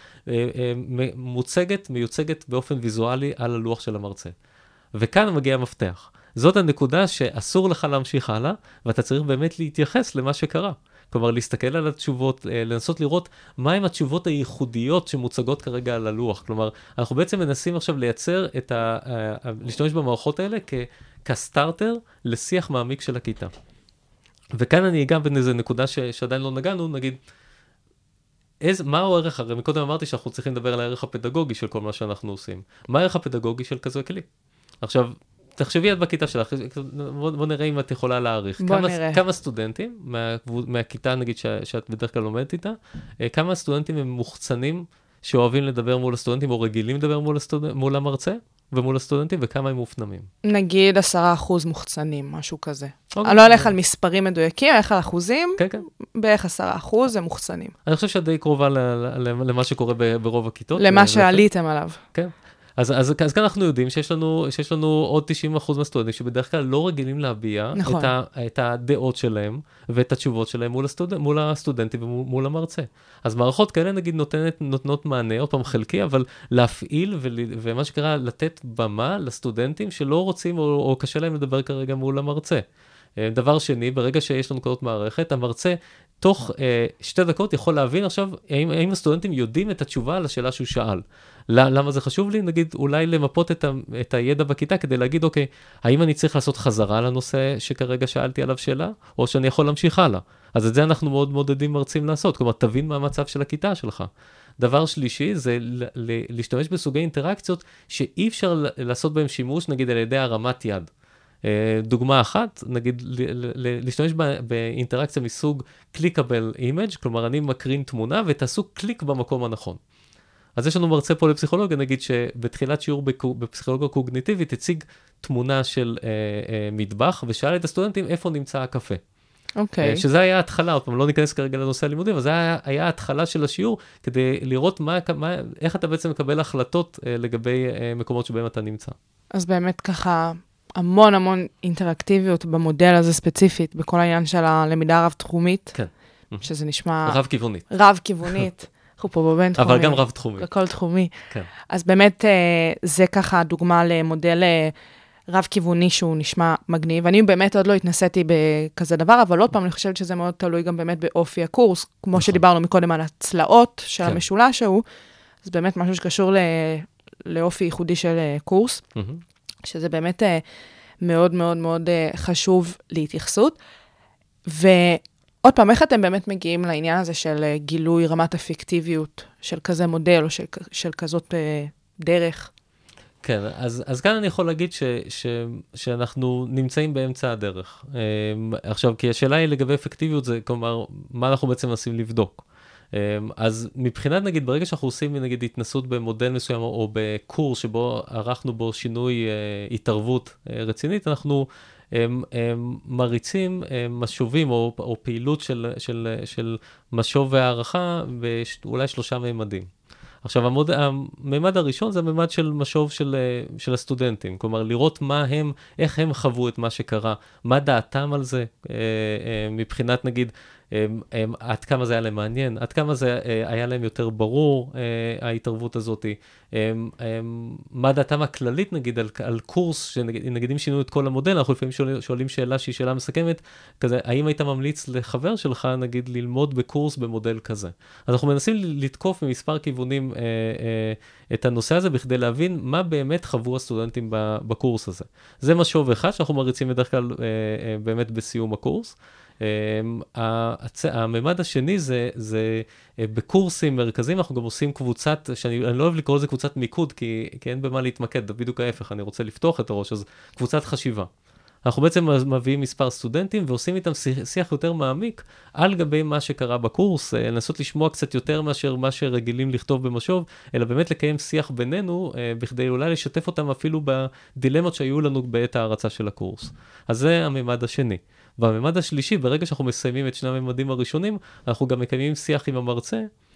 מוצגת, מיוצגת באופן ויזואלי על הלוח של המרצה. וכאן מגיע המפתח. זאת הנקודה שאסור לך להמשיך הלאה, ואתה צריך באמת להתייחס למה שקרה. כלומר, להסתכל על התשובות, לנסות לראות מהם התשובות הייחודיות שמוצגות כרגע על הלוח. כלומר, אנחנו בעצם מנסים עכשיו לייצר את ה... להשתמש במערכות האלה כ... כסטארטר לשיח מעמיק של הכיתה. וכאן אני אגע בין איזו נקודה ש... שעדיין לא נגענו, נגיד, איזה, מה הוא הערך? הרי מקודם אמרתי שאנחנו צריכים לדבר על הערך הפדגוגי של כל מה שאנחנו עושים. מה הערך הפדגוגי של כזה כלי? עכשיו, תחשבי את בכיתה שלך, בוא, בוא נראה אם את יכולה להעריך. בוא כמה, נראה. כמה סטודנטים, מה, מהכיתה נגיד ש, שאת בדרך כלל לומדת איתה, כמה סטודנטים הם מוחצנים שאוהבים לדבר מול הסטודנטים, או רגילים לדבר מול, הסטודנט, מול המרצה ומול הסטודנטים, וכמה הם מופנמים? נגיד עשרה אחוז מוחצנים, משהו כזה. אוקיי. אני לא הולך על מספרים מדויקים, הולך על אחוזים, כן, כן. בערך עשרה אחוז הם מוחצנים. אני חושב שאת די קרובה ל, ל, למה שקורה ב, ברוב הכיתות. למה שעליתם עליו. כן. אז, אז, אז כאן אנחנו יודעים שיש לנו, שיש לנו עוד תשעים אחוז מהסטודנטים שבדרך כלל לא רגילים להביע נכון. את, ה, את הדעות שלהם ואת התשובות שלהם מול, הסטודנט, מול הסטודנטים ומול המרצה. אז מערכות כאלה נגיד נותנת, נותנות מענה, עוד פעם חלקי, אבל להפעיל ול, ומה שקרה לתת במה לסטודנטים שלא רוצים או, או קשה להם לדבר כרגע מול המרצה. דבר שני, ברגע שיש לנו כזאת מערכת, המרצה תוך אה, שתי דקות יכול להבין עכשיו האם, האם הסטודנטים יודעים את התשובה על השאלה שהוא שאל. למה זה חשוב לי? נגיד, אולי למפות את, ה, את הידע בכיתה כדי להגיד, אוקיי, האם אני צריך לעשות חזרה לנושא שכרגע שאלתי עליו שאלה, או שאני יכול להמשיך הלאה? אז את זה אנחנו מאוד מודדים מרצים לעשות, כלומר, תבין מה המצב של הכיתה שלך. דבר שלישי זה להשתמש בסוגי אינטראקציות שאי אפשר לעשות בהם שימוש, נגיד, על ידי הרמת יד. דוגמה אחת, נגיד, להשתמש באינטראקציה מסוג clickable image, כלומר, אני מקרין תמונה ותעשו קליק במקום הנכון. אז יש לנו מרצה פה לפסיכולוגיה, נגיד שבתחילת שיעור בפסיכולוגיה קוגניטיבית, הציג תמונה של אה, אה, מטבח, ושאל את הסטודנטים איפה נמצא הקפה. אוקיי. Okay. שזה היה ההתחלה, עוד פעם, לא ניכנס כרגע לנושא הלימודים, אבל זה היה, היה ההתחלה של השיעור, כדי לראות מה, מה, איך אתה בעצם מקבל החלטות אה, לגבי אה, מקומות שבהם אתה נמצא. אז באמת ככה, המון המון אינטראקטיביות במודל הזה ספציפית, בכל העניין של הלמידה הרב-תחומית. כן. שזה נשמע... רב-כיוונית. רב-כיוונית. אנחנו פה בבין תחומי. אבל גם רב-תחומי. בכל תחומי. כן. אז באמת, זה ככה דוגמה למודל רב-כיווני שהוא נשמע מגניב. אני באמת עוד לא התנסיתי בכזה דבר, אבל עוד פעם, אני חושבת שזה מאוד תלוי גם באמת באופי הקורס, כמו שדיברנו מקודם על הצלעות של המשולש ההוא, זה באמת משהו שקשור לאופי ייחודי של קורס, שזה באמת מאוד מאוד מאוד חשוב להתייחסות. ועוד פעם, איך אתם באמת מגיעים לעניין הזה של גילוי רמת אפקטיביות של כזה מודל, או של, של כזאת דרך? כן, אז, אז כאן אני יכול להגיד ש, ש, שאנחנו נמצאים באמצע הדרך. עכשיו, כי השאלה היא לגבי אפקטיביות, זה כלומר, מה אנחנו בעצם מנסים לבדוק. אז מבחינת, נגיד, ברגע שאנחנו עושים, נגיד, התנסות במודל מסוים, או בקורס שבו ערכנו בו שינוי התערבות רצינית, אנחנו הם, הם מריצים הם משובים או, או פעילות של, של, של משוב והערכה באולי שלושה מימדים. עכשיו, המוד, הממד הראשון זה הממד של משוב של, של הסטודנטים, כלומר, לראות מה הם, איך הם חוו את מה שקרה, מה דעתם על זה, מבחינת, נגיד, עד כמה זה היה להם מעניין, עד כמה זה היה להם יותר ברור, ההתערבות הזאת, מה דעתם הכללית, נגיד, על, על קורס, שנגיד, אם שינו את כל המודל, אנחנו לפעמים שואלים, שואלים שאלה שהיא שאלה מסכמת, כזה, האם היית ממליץ לחבר שלך, נגיד, ללמוד בקורס במודל כזה? אז אנחנו מנסים לתקוף ממספר כיוונים את הנושא הזה, בכדי להבין מה באמת חוו הסטודנטים בקורס הזה. זה משוב אחד, שאנחנו מריצים בדרך כלל באמת בסיום הקורס. הממד השני זה, זה בקורסים מרכזיים, אנחנו גם עושים קבוצת, שאני לא אוהב לקרוא לזה קבוצת מיקוד, כי, כי אין במה להתמקד, בדיוק ההפך, אני רוצה לפתוח את הראש, אז קבוצת חשיבה. אנחנו בעצם מביאים מספר סטודנטים, ועושים איתם שיח יותר מעמיק, על גבי מה שקרה בקורס, לנסות לשמוע קצת יותר מאשר מה שרגילים לכתוב במשוב, אלא באמת לקיים שיח בינינו, בכדי אולי לשתף אותם אפילו בדילמות שהיו לנו בעת ההרצה של הקורס. אז זה הממד השני. והממד השלישי, ברגע שאנחנו מסיימים את שני הממדים הראשונים, אנחנו גם מקיימים שיח עם המרצה,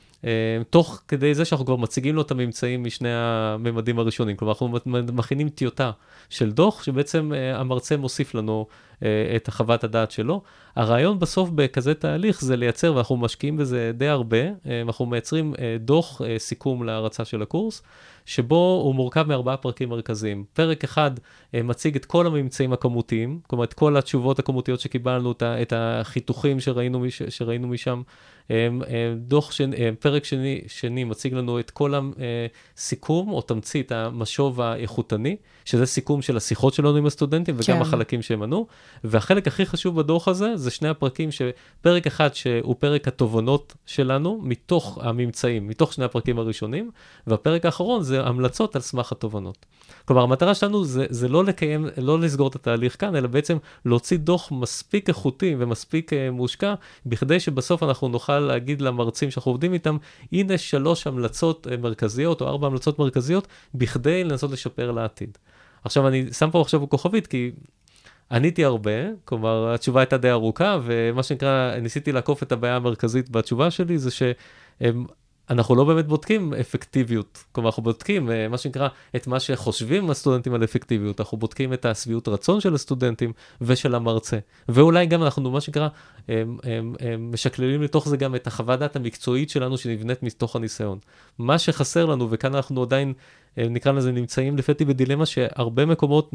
תוך כדי זה שאנחנו כבר מציגים לו את הממצאים משני הממדים הראשונים. כלומר, אנחנו מכינים טיוטה של דוח, שבעצם המרצה מוסיף לנו את חוות הדעת שלו. הרעיון בסוף בכזה תהליך זה לייצר, ואנחנו משקיעים בזה די הרבה, אנחנו מייצרים דוח סיכום להרצה של הקורס, שבו הוא מורכב מארבעה פרקים מרכזיים. פרק אחד מציג את כל הממצאים הכמותיים, כלומר את כל התשובות הכמותיות שקיבלנו, את החיתוכים שראינו, שראינו משם. דוח שני, פרק שני, שני מציג לנו את כל הסיכום או תמצית המשוב האיכותני, שזה סיכום של השיחות שלנו עם הסטודנטים וגם כן. החלקים שהם ענו. והחלק הכי חשוב בדוח הזה זה שני הפרקים, שפרק אחד שהוא פרק התובנות שלנו מתוך הממצאים, מתוך שני הפרקים הראשונים, והפרק האחרון זה המלצות על סמך התובנות. כלומר, המטרה שלנו זה, זה לא לקיים, לא לסגור את התהליך כאן, אלא בעצם להוציא דוח מספיק איכותי ומספיק uh, מושקע, בכדי שבסוף אנחנו נוכל להגיד למרצים שאנחנו עובדים איתם, הנה שלוש המלצות uh, מרכזיות או ארבע המלצות מרכזיות, בכדי לנסות לשפר לעתיד. עכשיו, אני שם פה עכשיו בכוכבית, כי עניתי הרבה, כלומר, התשובה הייתה די ארוכה, ומה שנקרא, ניסיתי לעקוף את הבעיה המרכזית בתשובה שלי, זה שהם, אנחנו לא באמת בודקים אפקטיביות, כלומר אנחנו בודקים מה שנקרא את מה שחושבים הסטודנטים על אפקטיביות, אנחנו בודקים את הסביעות רצון של הסטודנטים ושל המרצה, ואולי גם אנחנו מה שנקרא הם, הם, הם משקללים לתוך זה גם את החוות דעת המקצועית שלנו שנבנית מתוך הניסיון. מה שחסר לנו, וכאן אנחנו עדיין נקרא לזה נמצאים לפי בדילמה שהרבה מקומות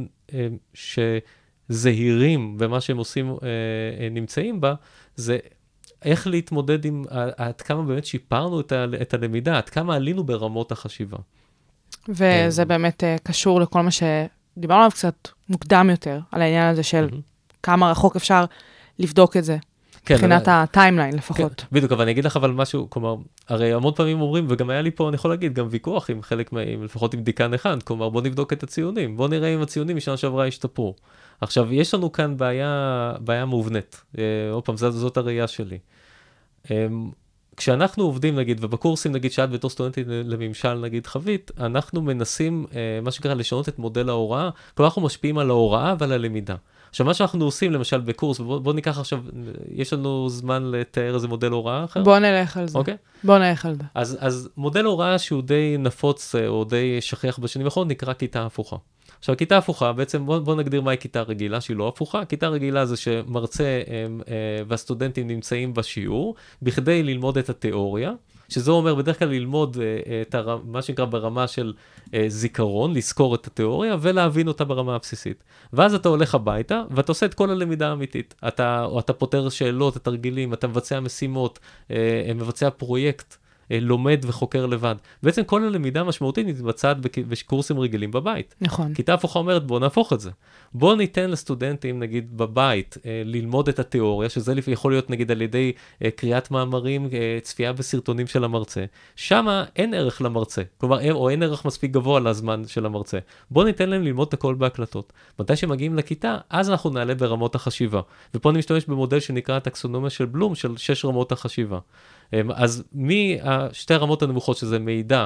שזהירים במה שהם עושים נמצאים בה, זה איך להתמודד עם עד כמה באמת שיפרנו את, ה, את הלמידה, עד כמה עלינו ברמות החשיבה. וזה באמת קשור לכל מה שדיברנו עליו קצת מוקדם יותר, על העניין הזה של כמה רחוק אפשר לבדוק את זה, מבחינת הטיימליין לפחות. בדיוק, אבל אני אגיד לך אבל משהו, כלומר, הרי המון פעמים אומרים, וגם היה לי פה, אני יכול להגיד, גם ויכוח עם חלק מהם, לפחות עם דיקן אחד, כלומר, בוא נבדוק את הציונים, בוא נראה אם הציונים משנה שעברה השתפרו. עכשיו, יש לנו כאן בעיה, בעיה מובנית. עוד פעם, זאת, זאת הראייה שלי. כשאנחנו עובדים, נגיד, ובקורסים, נגיד, שאת בתור סטודנטית לממשל, נגיד, חבית, אנחנו מנסים, מה שקרה, לשנות את מודל ההוראה, כלומר, אנחנו משפיעים על ההוראה ועל הלמידה. עכשיו, מה שאנחנו עושים, למשל, בקורס, בוא, בוא ניקח עכשיו, יש לנו זמן לתאר איזה מודל הוראה אחר? בוא נלך על זה. אוקיי? בוא נלך על זה. אז, אז מודל הוראה שהוא די נפוץ, או די שכיח בשנים האחרונות, נקרא כיתה הפוכה. עכשיו, כיתה הפוכה, בעצם בוא, בוא נגדיר מהי כיתה רגילה, שהיא לא הפוכה. כיתה רגילה זה שמרצה הם, והסטודנטים נמצאים בשיעור, בכדי ללמוד את התיאוריה, שזה אומר בדרך כלל ללמוד את הר... מה שנקרא ברמה של זיכרון, לזכור את התיאוריה ולהבין אותה ברמה הבסיסית. ואז אתה הולך הביתה ואתה עושה את כל הלמידה האמיתית. אתה, או אתה פותר שאלות, התרגילים, אתה מבצע משימות, מבצע פרויקט. לומד וחוקר לבד. בעצם כל הלמידה המשמעותית מתבצעת בקורסים רגילים בבית. נכון. כיתה הפוכה אומרת, בוא נהפוך את זה. בוא ניתן לסטודנטים, נגיד, בבית, ללמוד את התיאוריה, שזה יכול להיות, נגיד, על ידי קריאת מאמרים, צפייה בסרטונים של המרצה. שמה אין ערך למרצה. כלומר, או אין ערך מספיק גבוה לזמן של המרצה. בוא ניתן להם ללמוד את הכל בהקלטות. מתי שמגיעים לכיתה, אז אנחנו נעלה ברמות החשיבה. ופה אני משתמש במודל שנקרא הטקסונומיה של בלום, של שש רמות החשיבה. אז משתי הרמות הנמוכות, שזה מידע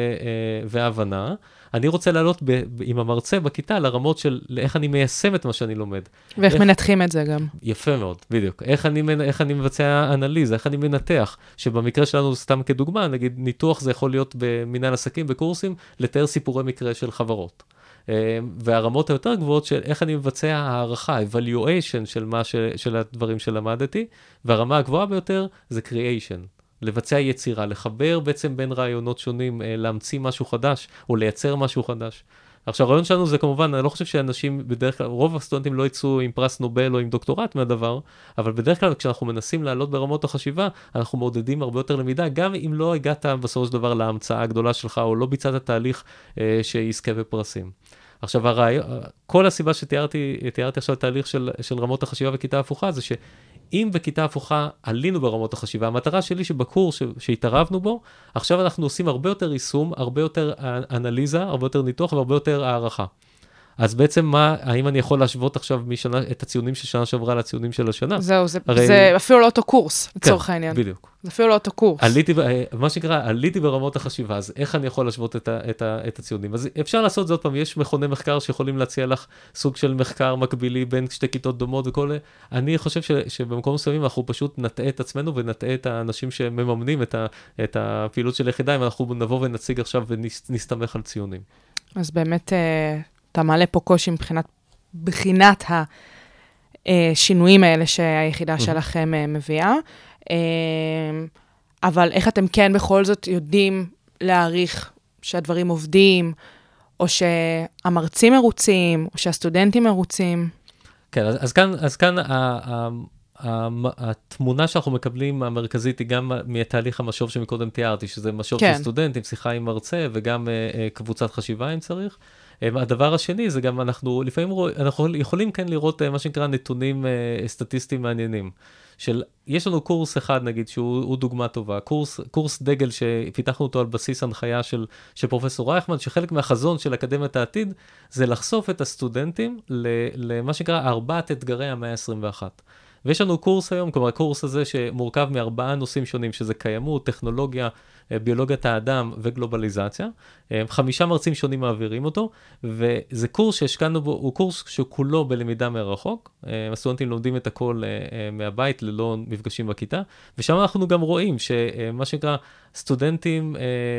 והבנה, אני רוצה לעלות עם המרצה בכיתה לרמות של איך אני מיישם את מה שאני לומד. ואיך מנתחים את זה גם. יפה מאוד, בדיוק. איך אני, איך אני מבצע אנליזה, איך אני מנתח, שבמקרה שלנו, סתם כדוגמה, נגיד ניתוח זה יכול להיות במנהל עסקים, בקורסים, לתאר סיפורי מקרה של חברות. והרמות היותר גבוהות של איך אני מבצע הערכה, evaluation של, מה ש, של הדברים שלמדתי, והרמה הגבוהה ביותר זה creation, לבצע יצירה, לחבר בעצם בין רעיונות שונים, להמציא משהו חדש, או לייצר משהו חדש. עכשיו, הרעיון שלנו זה כמובן, אני לא חושב שאנשים בדרך כלל, רוב הסטודנטים לא יצאו עם פרס נובל או עם דוקטורט מהדבר, אבל בדרך כלל כשאנחנו מנסים לעלות ברמות החשיבה, אנחנו מעודדים הרבה יותר למידה, גם אם לא הגעת בסופו של דבר להמצאה הגדולה שלך, או לא ביצעת תהליך אה, שיזכה בפרסים. עכשיו, הרעיון, כל הסיבה שתיארתי, תיארתי עכשיו תהליך של, של רמות החשיבה בכיתה הפוכה, זה שאם בכיתה הפוכה עלינו ברמות החשיבה, המטרה שלי שבקורס שהתערבנו בו, עכשיו אנחנו עושים הרבה יותר יישום, הרבה יותר אנליזה, הרבה יותר ניתוח והרבה יותר הערכה. אז בעצם מה, האם אני יכול להשוות עכשיו משנה, את הציונים של שנה שעברה לציונים של השנה? זהו, זה, הרי... זה אפילו לא אותו קורס, לצורך כן, העניין. בדיוק. זה אפילו לא אותו קורס. עליתי, מה שנקרא, עליתי ברמות החשיבה, אז איך אני יכול להשוות את, ה, את, ה, את הציונים? אז אפשר לעשות זאת פעם, יש מכוני מחקר שיכולים להציע לך סוג של מחקר מקבילי בין שתי כיתות דומות וכל... אני חושב ש, שבמקום מסוימים אנחנו פשוט נטעה את עצמנו ונטעה את האנשים שמממנים את, ה, את הפעילות של היחידה, אם אנחנו נבוא ונציג עכשיו ונסתמך על ציונים. אז באמת... אתה מעלה פה קושי מבחינת, בחינת השינויים האלה שהיחידה שלכם מביאה, אבל איך אתם כן בכל זאת יודעים להעריך שהדברים עובדים, או שהמרצים מרוצים, או שהסטודנטים מרוצים? כן, אז, אז כאן, אז כאן ה, ה, ה, התמונה שאנחנו מקבלים המרכזית היא גם מתהליך המשוב שמקודם תיארתי, שזה משוב כן. של סטודנטים, שיחה עם מרצה, וגם uh, קבוצת חשיבה אם צריך. הדבר השני זה גם אנחנו לפעמים אנחנו יכולים כן לראות מה שנקרא נתונים סטטיסטיים מעניינים. של, יש לנו קורס אחד נגיד שהוא דוגמה טובה, קורס, קורס דגל שפיתחנו אותו על בסיס הנחיה של, של פרופסור רייכמן, שחלק מהחזון של אקדמיית העתיד זה לחשוף את הסטודנטים למה שנקרא ארבעת אתגרי המאה ה-עשרים ואחת. ויש לנו קורס היום, כלומר הקורס הזה שמורכב מארבעה נושאים שונים, שזה קיימות, טכנולוגיה, ביולוגיית האדם וגלובליזציה. חמישה מרצים שונים מעבירים אותו, וזה קורס שהשקענו בו, הוא קורס שכולו בלמידה מרחוק. הסטודנטים לומדים את הכל מהבית, ללא מפגשים בכיתה, ושם אנחנו גם רואים שמה שנקרא, סטודנטים,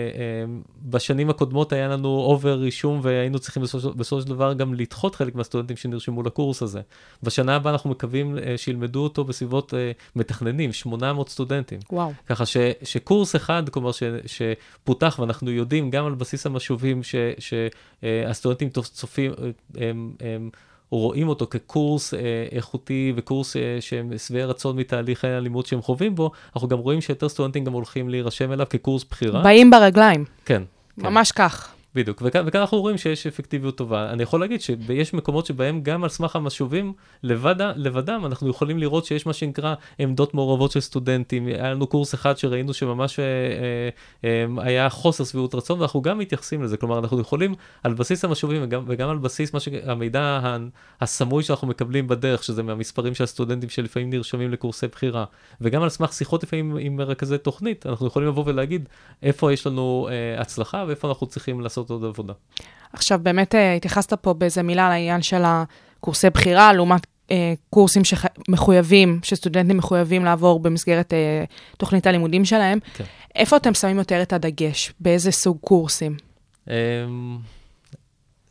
בשנים הקודמות היה לנו אובר רישום, והיינו צריכים בסופו של דבר גם לדחות חלק מהסטודנטים שנרשמו לקורס הזה. בשנה הבאה אנחנו מקווים שילמדו אותו בסביבות מתכננים, שמונה מאות סטודנטים. וואו. ככה ש, שקורס אחד, כלומר ש, שפותח, ואנחנו יודעים גם על בסיס המשובים ש, שהסטודנטים צופים, הם, הם רואים אותו כקורס איכותי וקורס שהם שבעי רצון מתהליך הלימוד שהם חווים בו, אנחנו גם רואים שיותר סטודנטים גם הולכים להירשם אליו כקורס בחירה. באים ברגליים. כן. ממש כן. כך. בדיוק, וכאן, וכאן אנחנו רואים שיש אפקטיביות טובה. אני יכול להגיד שיש מקומות שבהם גם על סמך המשובים לבד, לבדם, אנחנו יכולים לראות שיש מה שנקרא עמדות מעורבות של סטודנטים. היה לנו קורס אחד שראינו שממש אה, אה, היה חוסר סביבות רצון, ואנחנו גם מתייחסים לזה. כלומר, אנחנו יכולים על בסיס המשובים וגם, וגם על בסיס מה שהמידע הסמוי שאנחנו מקבלים בדרך, שזה מהמספרים של הסטודנטים שלפעמים נרשמים לקורסי בחירה, וגם על סמך שיחות לפעמים עם מרכזי תוכנית, אנחנו יכולים לבוא ולהגיד איפה יש לנו אה, הצלחה ואיפה אנחנו צריכים לעשות עוד עבודה. עכשיו, באמת התייחסת פה באיזה מילה על העניין של הקורסי בחירה, לעומת אה, קורסים שמחויבים, שסטודנטים מחויבים לעבור במסגרת אה, תוכנית הלימודים שלהם. כן. איפה אתם שמים יותר את הדגש? באיזה סוג קורסים?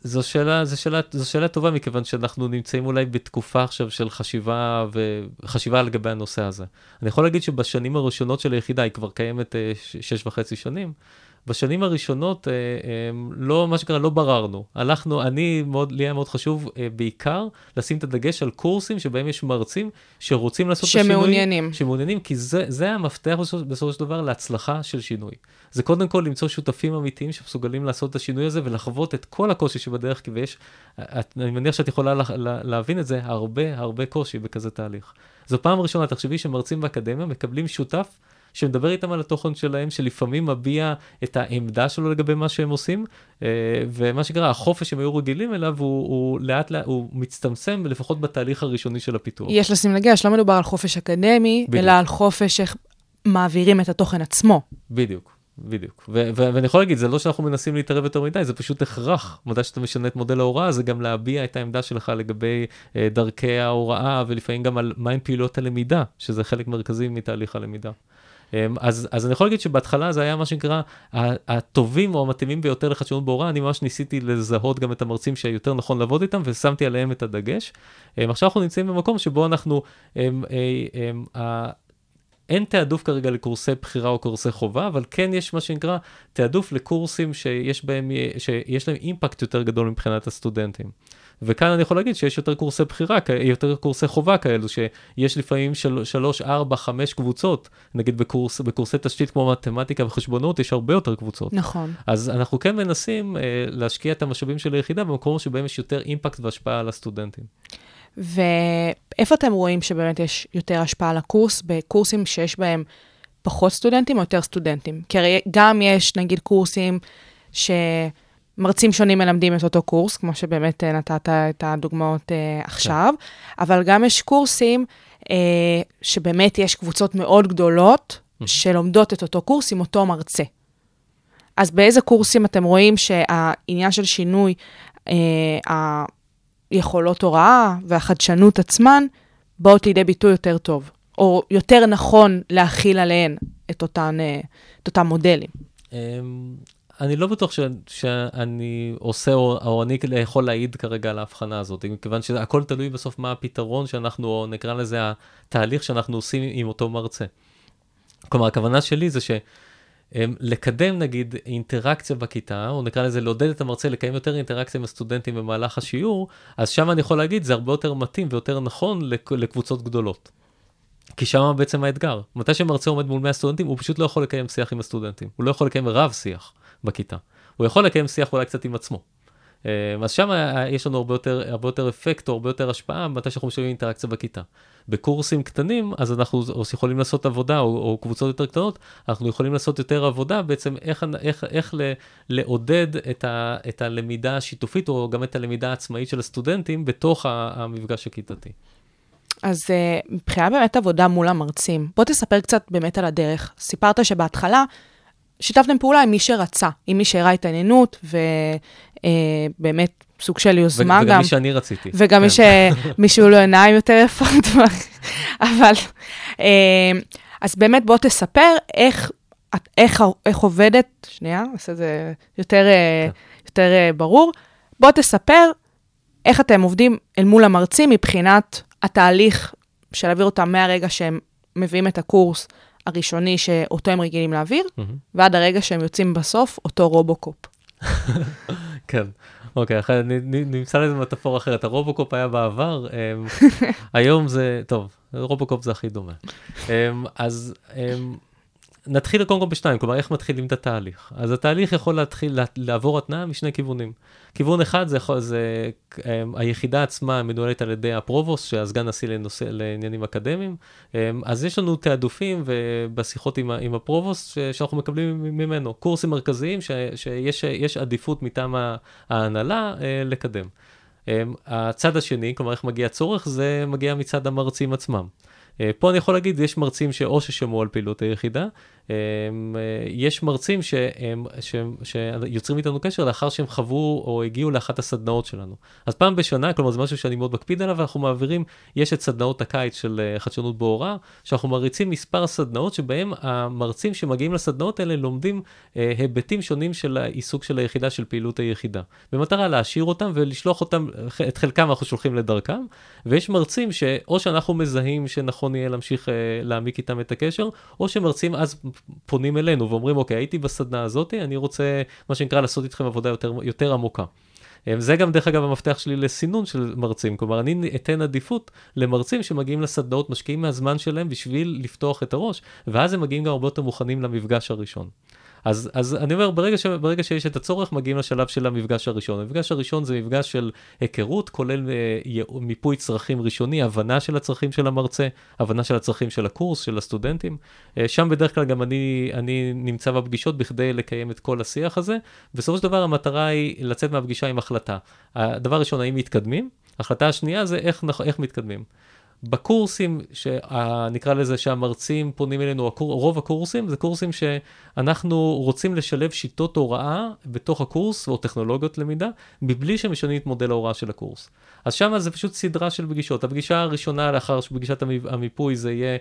זו שאלה, זו שאלה, זו שאלה טובה, מכיוון שאנחנו נמצאים אולי בתקופה עכשיו של חשיבה וחשיבה לגבי הנושא הזה. אני יכול להגיד שבשנים הראשונות של היחידה, היא כבר קיימת שש וחצי שנים, בשנים הראשונות, לא, מה שקרה, לא בררנו. הלכנו, אני, מאוד, לי היה מאוד חשוב בעיקר לשים את הדגש על קורסים שבהם יש מרצים שרוצים לעשות את השינוי. שמעוניינים. שמעוניינים, כי זה, זה המפתח בסופו של דבר להצלחה של שינוי. זה קודם כל למצוא שותפים אמיתיים שמסוגלים לעשות את השינוי הזה ולחוות את כל הקושי שבדרך, כי ויש, אני מניח שאת יכולה לה, לה, להבין את זה, הרבה, הרבה קושי בכזה תהליך. זו פעם ראשונה, תחשבי שמרצים באקדמיה מקבלים שותף שמדבר איתם על התוכן שלהם, שלפעמים מביע את העמדה שלו לגבי מה שהם עושים, ומה שקרה, החופש שהם היו רגילים אליו, הוא, הוא לאט לאט, הוא מצטמצם, לפחות בתהליך הראשוני של הפיתוח. יש לשים לגש, לא מדובר על חופש אקדמי, בדיוק. אלא על חופש איך מעבירים את התוכן עצמו. בדיוק. בדיוק. ו- ו- ואני יכול להגיד, זה לא שאנחנו מנסים להתערב יותר מדי, זה פשוט הכרח. מדי שאתה משנה את מודל ההוראה, זה גם להביע את העמדה שלך לגבי אה, דרכי ההוראה, ולפעמים גם על מהן פעילות הלמידה, שזה חלק מרכזי מתהליך הלמידה. אה, אז, אז אני יכול להגיד שבהתחלה זה היה מה שנקרא, הטובים או המתאימים ביותר לחדשנות בהוראה, אני ממש ניסיתי לזהות גם את המרצים שיותר נכון לעבוד איתם, ושמתי עליהם את הדגש. אה, עכשיו אנחנו נמצאים במקום שבו אנחנו, אה, אה, אה, אין תעדוף כרגע לקורסי בחירה או קורסי חובה, אבל כן יש מה שנקרא תעדוף לקורסים שיש בהם, שיש להם אימפקט יותר גדול מבחינת הסטודנטים. וכאן אני יכול להגיד שיש יותר קורסי בחירה, יותר קורסי חובה כאלו, שיש לפעמים של, שלוש, ארבע, חמש קבוצות, נגיד בקורס, בקורסי תשתית כמו מתמטיקה וחשבונות, יש הרבה יותר קבוצות. נכון. אז אנחנו כן מנסים אה, להשקיע את המשאבים של היחידה, במקום שבהם יש יותר אימפקט והשפעה על הסטודנטים. ואיפה אתם רואים שבאמת יש יותר השפעה על הקורס, בקורסים שיש בהם פחות סטודנטים או יותר סטודנטים? כי הרי גם יש, נגיד, קורסים שמרצים שונים מלמדים את אותו קורס, כמו שבאמת נתת את הדוגמאות אה, עכשיו, אבל גם יש קורסים אה, שבאמת יש קבוצות מאוד גדולות שלומדות את אותו קורס עם אותו מרצה. אז באיזה קורסים אתם רואים שהעניין של שינוי, אה, יכולות הוראה והחדשנות עצמן באות לידי ביטוי יותר טוב, או יותר נכון להכיל עליהן את אותן, את אותם מודלים. אני לא בטוח ש, שאני עושה, או, או אני יכול להעיד כרגע על ההבחנה הזאת, מכיוון שהכל תלוי בסוף מה הפתרון שאנחנו, או נקרא לזה התהליך שאנחנו עושים עם אותו מרצה. כלומר, הכוונה שלי זה ש... לקדם נגיד אינטראקציה בכיתה, או נקרא לזה לעודד את המרצה לקיים יותר אינטראקציה עם הסטודנטים במהלך השיעור, אז שם אני יכול להגיד, זה הרבה יותר מתאים ויותר נכון לקבוצות גדולות. כי שם בעצם האתגר. מתי שמרצה עומד מול מאה סטודנטים, הוא פשוט לא יכול לקיים שיח עם הסטודנטים. הוא לא יכול לקיים רב שיח בכיתה. הוא יכול לקיים שיח אולי קצת עם עצמו. אז שם יש לנו הרבה יותר, הרבה יותר אפקט או הרבה יותר השפעה מתי שאנחנו משלמים אינטראקציה בכיתה. בקורסים קטנים, אז אנחנו יכולים לעשות עבודה, או, או קבוצות יותר קטנות, אנחנו יכולים לעשות יותר עבודה, בעצם איך, איך, איך לעודד את, ה, את הלמידה השיתופית, או גם את הלמידה העצמאית של הסטודנטים, בתוך המפגש הכיתתי. אז מבחינה באמת עבודה מול המרצים, בוא תספר קצת באמת על הדרך. סיפרת שבהתחלה, שיתפתם פעולה עם מי שרצה, עם מי שהראה התעניינות, ובאמת סוג של יוזמה גם. וגם מי שאני רציתי. וגם מי שמישהו לא עיניים יותר יפות. אבל, אז באמת בוא תספר איך, איך, איך עובדת, שנייה, עושה זה יותר, יותר ברור, בוא תספר איך אתם עובדים אל מול המרצים, מבחינת התהליך של להעביר אותם מהרגע שהם מביאים את הקורס, הראשוני שאותו הם רגילים להעביר, ועד הרגע שהם יוצאים בסוף, אותו רובוקופ. כן, אוקיי, נמצא לזה מטאפורה אחרת. הרובוקופ היה בעבר, היום זה, טוב, רובוקופ זה הכי דומה. אז נתחיל קודם כל בשתיים, כלומר, איך מתחילים את התהליך? אז התהליך יכול להתחיל לעבור התנאה משני כיוונים. כיוון אחד זה, זה היחידה עצמה מנוהלת על ידי הפרובוסט, שהסגן נשיא לנושא, לעניינים אקדמיים. אז יש לנו תעדופים ובשיחות עם, עם הפרובוסט שאנחנו מקבלים ממנו, קורסים מרכזיים ש, שיש יש עדיפות מטעם ההנהלה לקדם. הצד השני, כלומר איך מגיע צורך, זה מגיע מצד המרצים עצמם. פה אני יכול להגיד, יש מרצים שאו ששמעו על פעילות היחידה, יש מרצים שהם, שהם, שיוצרים איתנו קשר לאחר שהם חוו או הגיעו לאחת הסדנאות שלנו. אז פעם בשנה, כלומר זה משהו שאני מאוד מקפיד עליו, אנחנו מעבירים, יש את סדנאות הקיץ של חדשנות בהוראה, שאנחנו מריצים מספר סדנאות שבהם המרצים שמגיעים לסדנאות האלה לומדים אה, היבטים שונים של העיסוק של היחידה, של פעילות היחידה. במטרה להשאיר אותם ולשלוח אותם, את חלקם אנחנו שולחים לדרכם, ויש מרצים שאו שאנחנו מזהים שנכון יהיה להמשיך אה, להעמיק איתם את הקשר, או שמרצים אז פונים אלינו ואומרים, אוקיי, הייתי בסדנה הזאת, אני רוצה, מה שנקרא, לעשות איתכם עבודה יותר, יותר עמוקה. זה גם דרך אגב המפתח שלי לסינון של מרצים, כלומר אני אתן עדיפות למרצים שמגיעים לסדנאות, משקיעים מהזמן שלהם בשביל לפתוח את הראש, ואז הם מגיעים גם הרבה יותר מוכנים למפגש הראשון. אז, אז אני אומר, ברגע, ש, ברגע שיש את הצורך, מגיעים לשלב של המפגש הראשון. המפגש הראשון זה מפגש של היכרות, כולל uh, מיפוי צרכים ראשוני, הבנה של הצרכים של המרצה, הבנה של הצרכים של הקורס, של הסטודנטים. Uh, שם בדרך כלל גם אני, אני נמצא בפגישות בכדי לקיים את כל השיח הזה. בסופו של דבר המטרה היא לצאת מהפגישה עם החלטה. הדבר הראשון, האם מתקדמים? ההחלטה השנייה זה איך, איך מתקדמים. בקורסים, שנקרא לזה שהמרצים פונים אלינו, רוב הקורסים, זה קורסים שאנחנו רוצים לשלב שיטות הוראה בתוך הקורס, או טכנולוגיות למידה, מבלי שמשנים את מודל ההוראה של הקורס. אז שם זה פשוט סדרה של פגישות. הפגישה הראשונה לאחר פגישת המיפוי זה יהיה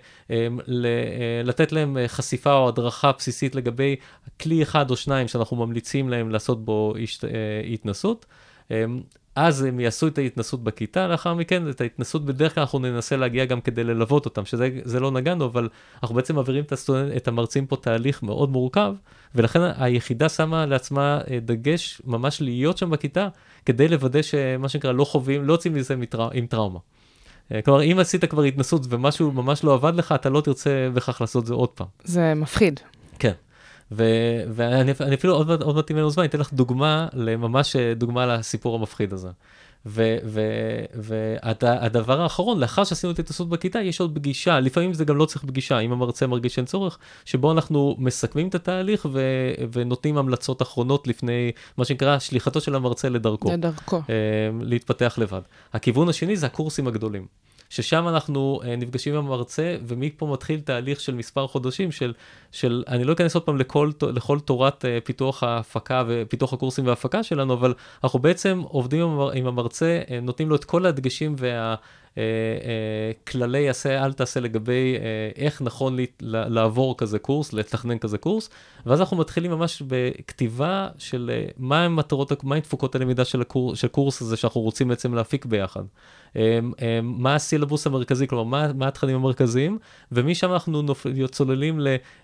לתת להם חשיפה או הדרכה בסיסית לגבי כלי אחד או שניים שאנחנו ממליצים להם לעשות בו התנסות. אז הם יעשו את ההתנסות בכיתה, לאחר מכן, את ההתנסות בדרך כלל אנחנו ננסה להגיע גם כדי ללוות אותם, שזה זה לא נגענו, אבל אנחנו בעצם מעבירים את, הסטודנט, את המרצים פה תהליך מאוד מורכב, ולכן היחידה שמה לעצמה דגש ממש להיות שם בכיתה, כדי לוודא שמה שנקרא לא חווים, לא יוצאים מזה מטרא, עם טראומה. כלומר, אם עשית כבר התנסות ומשהו ממש לא עבד לך, אתה לא תרצה בכך לעשות זה עוד פעם. זה מפחיד. כן. ו- ואני אני אפילו עוד, עוד מעט ממנו זמן, אני אתן לך דוגמה, ממש דוגמה לסיפור המפחיד הזה. והדבר האחרון, לאחר שעשינו את ההתנסות בכיתה, יש עוד פגישה, לפעמים זה גם לא צריך פגישה, אם המרצה מרגיש שאין צורך, שבו אנחנו מסכמים את התהליך ו- ונותנים המלצות אחרונות לפני, מה שנקרא, שליחתו של המרצה לדרכו. לדרכו. להתפתח לבד. הכיוון השני זה הקורסים הגדולים. ששם אנחנו uh, נפגשים עם המרצה, ומפה מתחיל תהליך של מספר חודשים, של, של אני לא אכנס עוד פעם לכל, לכל תורת uh, פיתוח ההפקה, ופיתוח הקורסים וההפקה שלנו, אבל אנחנו בעצם עובדים עם, עם המרצה, uh, נותנים לו את כל הדגשים וה... כללי יעשה, אל תעשה לגבי איך נכון לעבור כזה קורס, לתכנן כזה קורס, ואז אנחנו מתחילים ממש בכתיבה של מה הם מטרות, מה הם תפוקות הלמידה של הקורס, של קורס הזה שאנחנו רוצים בעצם להפיק ביחד. מה הסילבוס המרכזי, כלומר, מה, מה התכנים המרכזיים, ומשם אנחנו צוללים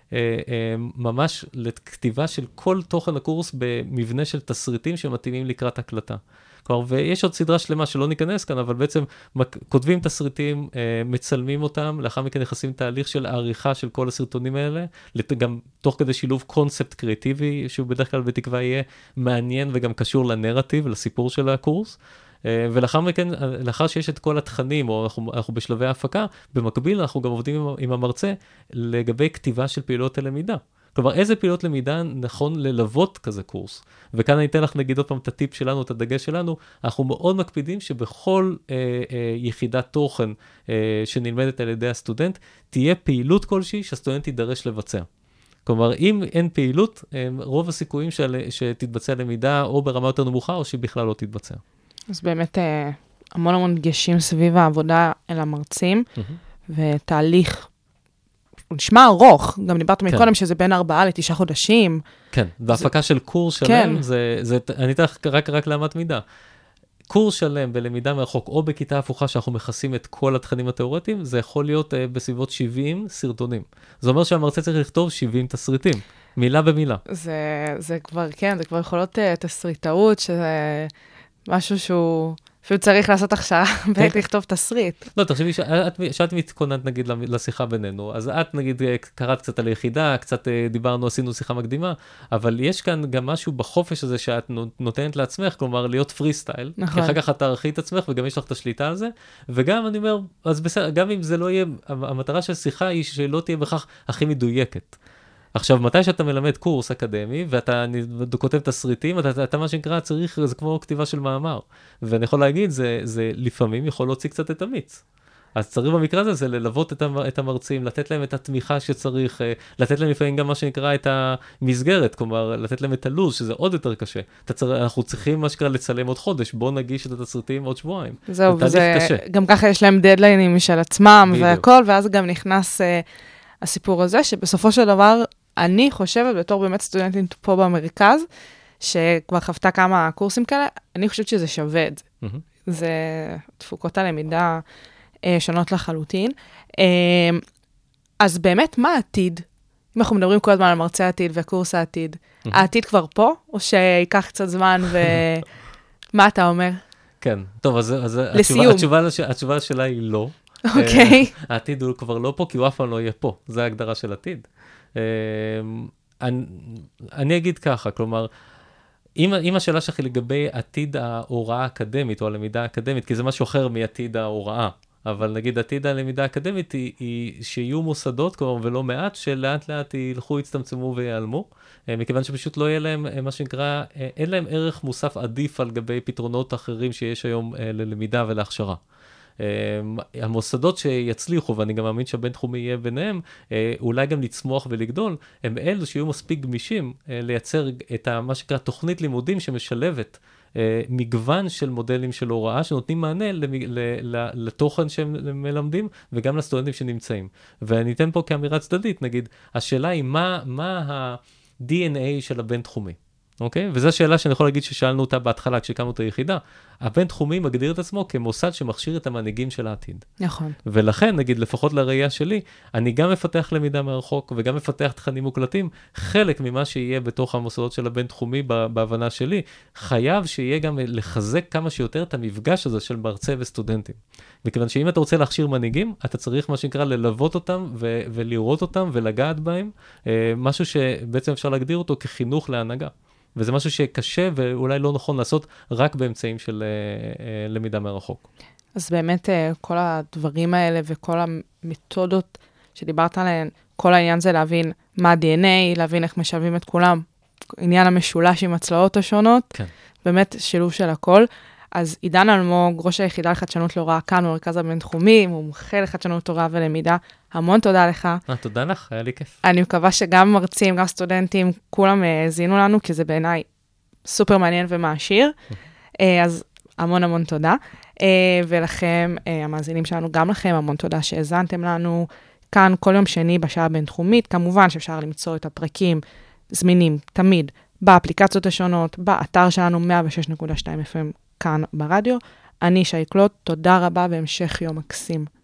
ממש לכתיבה של כל תוכן הקורס במבנה של תסריטים שמתאימים לקראת הקלטה. כלומר, ויש עוד סדרה שלמה שלא ניכנס כאן, אבל בעצם כותבים תסריטים, מצלמים אותם, לאחר מכן נכנסים תהליך של העריכה של כל הסרטונים האלה, גם תוך כדי שילוב קונספט קריאטיבי, שהוא בדרך כלל בתקווה יהיה מעניין וגם קשור לנרטיב, לסיפור של הקורס. ולאחר מכן, לאחר שיש את כל התכנים, או אנחנו, אנחנו בשלבי ההפקה, במקביל אנחנו גם עובדים עם, עם המרצה לגבי כתיבה של פעילות הלמידה. כלומר, איזה פעילות למידה נכון ללוות כזה קורס? וכאן אני אתן לך נגיד עוד פעם את הטיפ שלנו, את הדגש שלנו, אנחנו מאוד מקפידים שבכל אה, אה, יחידת תוכן אה, שנלמדת על ידי הסטודנט, תהיה פעילות כלשהי שהסטודנט יידרש לבצע. כלומר, אם אין פעילות, אה, רוב הסיכויים של, שתתבצע למידה או ברמה יותר נמוכה, או שהיא בכלל לא תתבצע. אז באמת אה, המון המון דגשים סביב העבודה אל המרצים, mm-hmm. ותהליך הוא נשמע ארוך, גם דיברת מקודם כן. שזה בין ארבעה לתשעה חודשים. כן, בהפקה זה... של קורס שלם, כן. זה, זה, אני אתן לך רק, רק לאמת מידה. קורס שלם בלמידה מרחוק, או בכיתה הפוכה שאנחנו מכסים את כל התכנים התיאורטיים, זה יכול להיות uh, בסביבות שבעים סרטונים. זה אומר שהמרצה צריך לכתוב שבעים תסריטים, מילה במילה. זה, זה כבר, כן, זה כבר יכול להיות uh, תסריטאות, שזה משהו שהוא... אפילו צריך לעשות הכשרה בעת לכתוב תסריט. לא, תחשבי, שאת מתכוננת נגיד לשיחה בינינו, אז את נגיד קראת קצת על היחידה, קצת דיברנו, עשינו שיחה מקדימה, אבל יש כאן גם משהו בחופש הזה שאת נותנת לעצמך, כלומר להיות פרי סטייל, כי אחר כך את תערכי את עצמך וגם יש לך את השליטה על זה, וגם אני אומר, אז בסדר, גם אם זה לא יהיה, המטרה של שיחה היא שלא תהיה בכך הכי מדויקת. עכשיו, מתי שאתה מלמד קורס אקדמי, ואתה כותב תסריטים, אתה, אתה מה שנקרא צריך, זה כמו כתיבה של מאמר. ואני יכול להגיד, זה, זה לפעמים יכול להוציא קצת את המיץ. אז צריך במקרה הזה, זה ללוות את, המ, את המרצים, לתת להם את התמיכה שצריך, לתת להם לפעמים גם מה שנקרא את המסגרת, כלומר, לתת להם את הלוז, שזה עוד יותר קשה. צר, אנחנו צריכים מה שקרה לצלם עוד חודש, בואו נגיש את התסריטים עוד שבועיים. זהו, וזה, גם ככה יש להם דדליינים משל עצמם בדיוק. והכל, ואז גם נכנס uh, הסיפור הזה, שבסופו של דבר, אני חושבת, בתור באמת סטודנטים פה במרכז, שכבר חוותה כמה קורסים כאלה, אני חושבת שזה שווה את זה. Mm-hmm. זה תפוקות הלמידה אה, שונות לחלוטין. אה, אז באמת, מה העתיד? אם אנחנו מדברים כל הזמן על מרצה העתיד וקורס העתיד, mm-hmm. העתיד כבר פה, או שיקח קצת זמן ומה אתה אומר? כן, טוב, אז, אז לסיום. התשובה, התשובה, התשובה שלה היא לא. אוקיי. Uh, העתיד הוא כבר לא פה, כי הוא אף פעם לא יהיה פה. זו ההגדרה של עתיד. Uh, אני, אני אגיד ככה, כלומר, אם, אם השאלה שלך היא לגבי עתיד ההוראה האקדמית, או הלמידה האקדמית, כי זה משהו אחר מעתיד ההוראה, אבל נגיד עתיד הלמידה האקדמית היא, היא שיהיו מוסדות, כלומר, ולא מעט, שלאט לאט ילכו, יצטמצמו ויעלמו, מכיוון שפשוט לא יהיה להם, מה שנקרא, אין להם ערך מוסף עדיף על גבי פתרונות אחרים שיש היום ללמידה ולהכשרה. המוסדות שיצליחו, ואני גם מאמין שהבינתחומי יהיה ביניהם, אולי גם לצמוח ולגדול, הם אלו שיהיו מספיק גמישים לייצר את מה שנקרא תוכנית לימודים שמשלבת מגוון של מודלים של הוראה, שנותנים מענה לתוכן שהם מלמדים, וגם לסטודנטים שנמצאים. ואני אתן פה כאמירה צדדית, נגיד, השאלה היא מה, מה ה-די אן איי של הבינתחומי. אוקיי? וזו השאלה שאני יכול להגיד ששאלנו אותה בהתחלה, כשקמנו את היחידה. הבינתחומי מגדיר את עצמו כמוסד שמכשיר את המנהיגים של העתיד. נכון. ולכן, נגיד, לפחות לראייה שלי, אני גם מפתח למידה מרחוק, וגם מפתח תכנים מוקלטים. חלק ממה שיהיה בתוך המוסדות של הבינתחומי, בהבנה שלי, חייב שיהיה גם לחזק כמה שיותר את המפגש הזה של מרצה וסטודנטים. מכיוון שאם אתה רוצה להכשיר מנהיגים, אתה צריך מה שנקרא ללוות אותם ו- ולראות אותם ולגעת בהם, משהו שבעצם אפשר להגדיר אותו כחינוך להנהגה. וזה משהו שקשה ואולי לא נכון לעשות רק באמצעים של uh, uh, למידה מרחוק. אז באמת uh, כל הדברים האלה וכל המתודות שדיברת עליהן, כל העניין זה להבין מה ה-די אן איי, להבין איך משלבים את כולם, עניין המשולש עם הצלעות השונות, כן. באמת שילוב של הכל. אז עידן אלמוג, ראש היחידה לחדשנות להוראה כאן במרכז הבינתחומי, מומחה לחדשנות הוראה ולמידה, המון תודה לך. אה, תודה לך, היה לי כיף. אני מקווה שגם מרצים, גם סטודנטים, כולם האזינו לנו, כי זה בעיניי סופר מעניין ומעשיר. אז המון המון תודה. ולכם, המאזינים שלנו, גם לכם, המון תודה שהאזנתם לנו. כאן כל יום שני בשעה הבינתחומית, כמובן שאפשר למצוא את הפרקים זמינים תמיד באפליקציות השונות, באתר שלנו מאה ושש נקודה שתיים אף אם כאן ברדיו. אני שי קלוט, תודה רבה והמשך יום מקסים.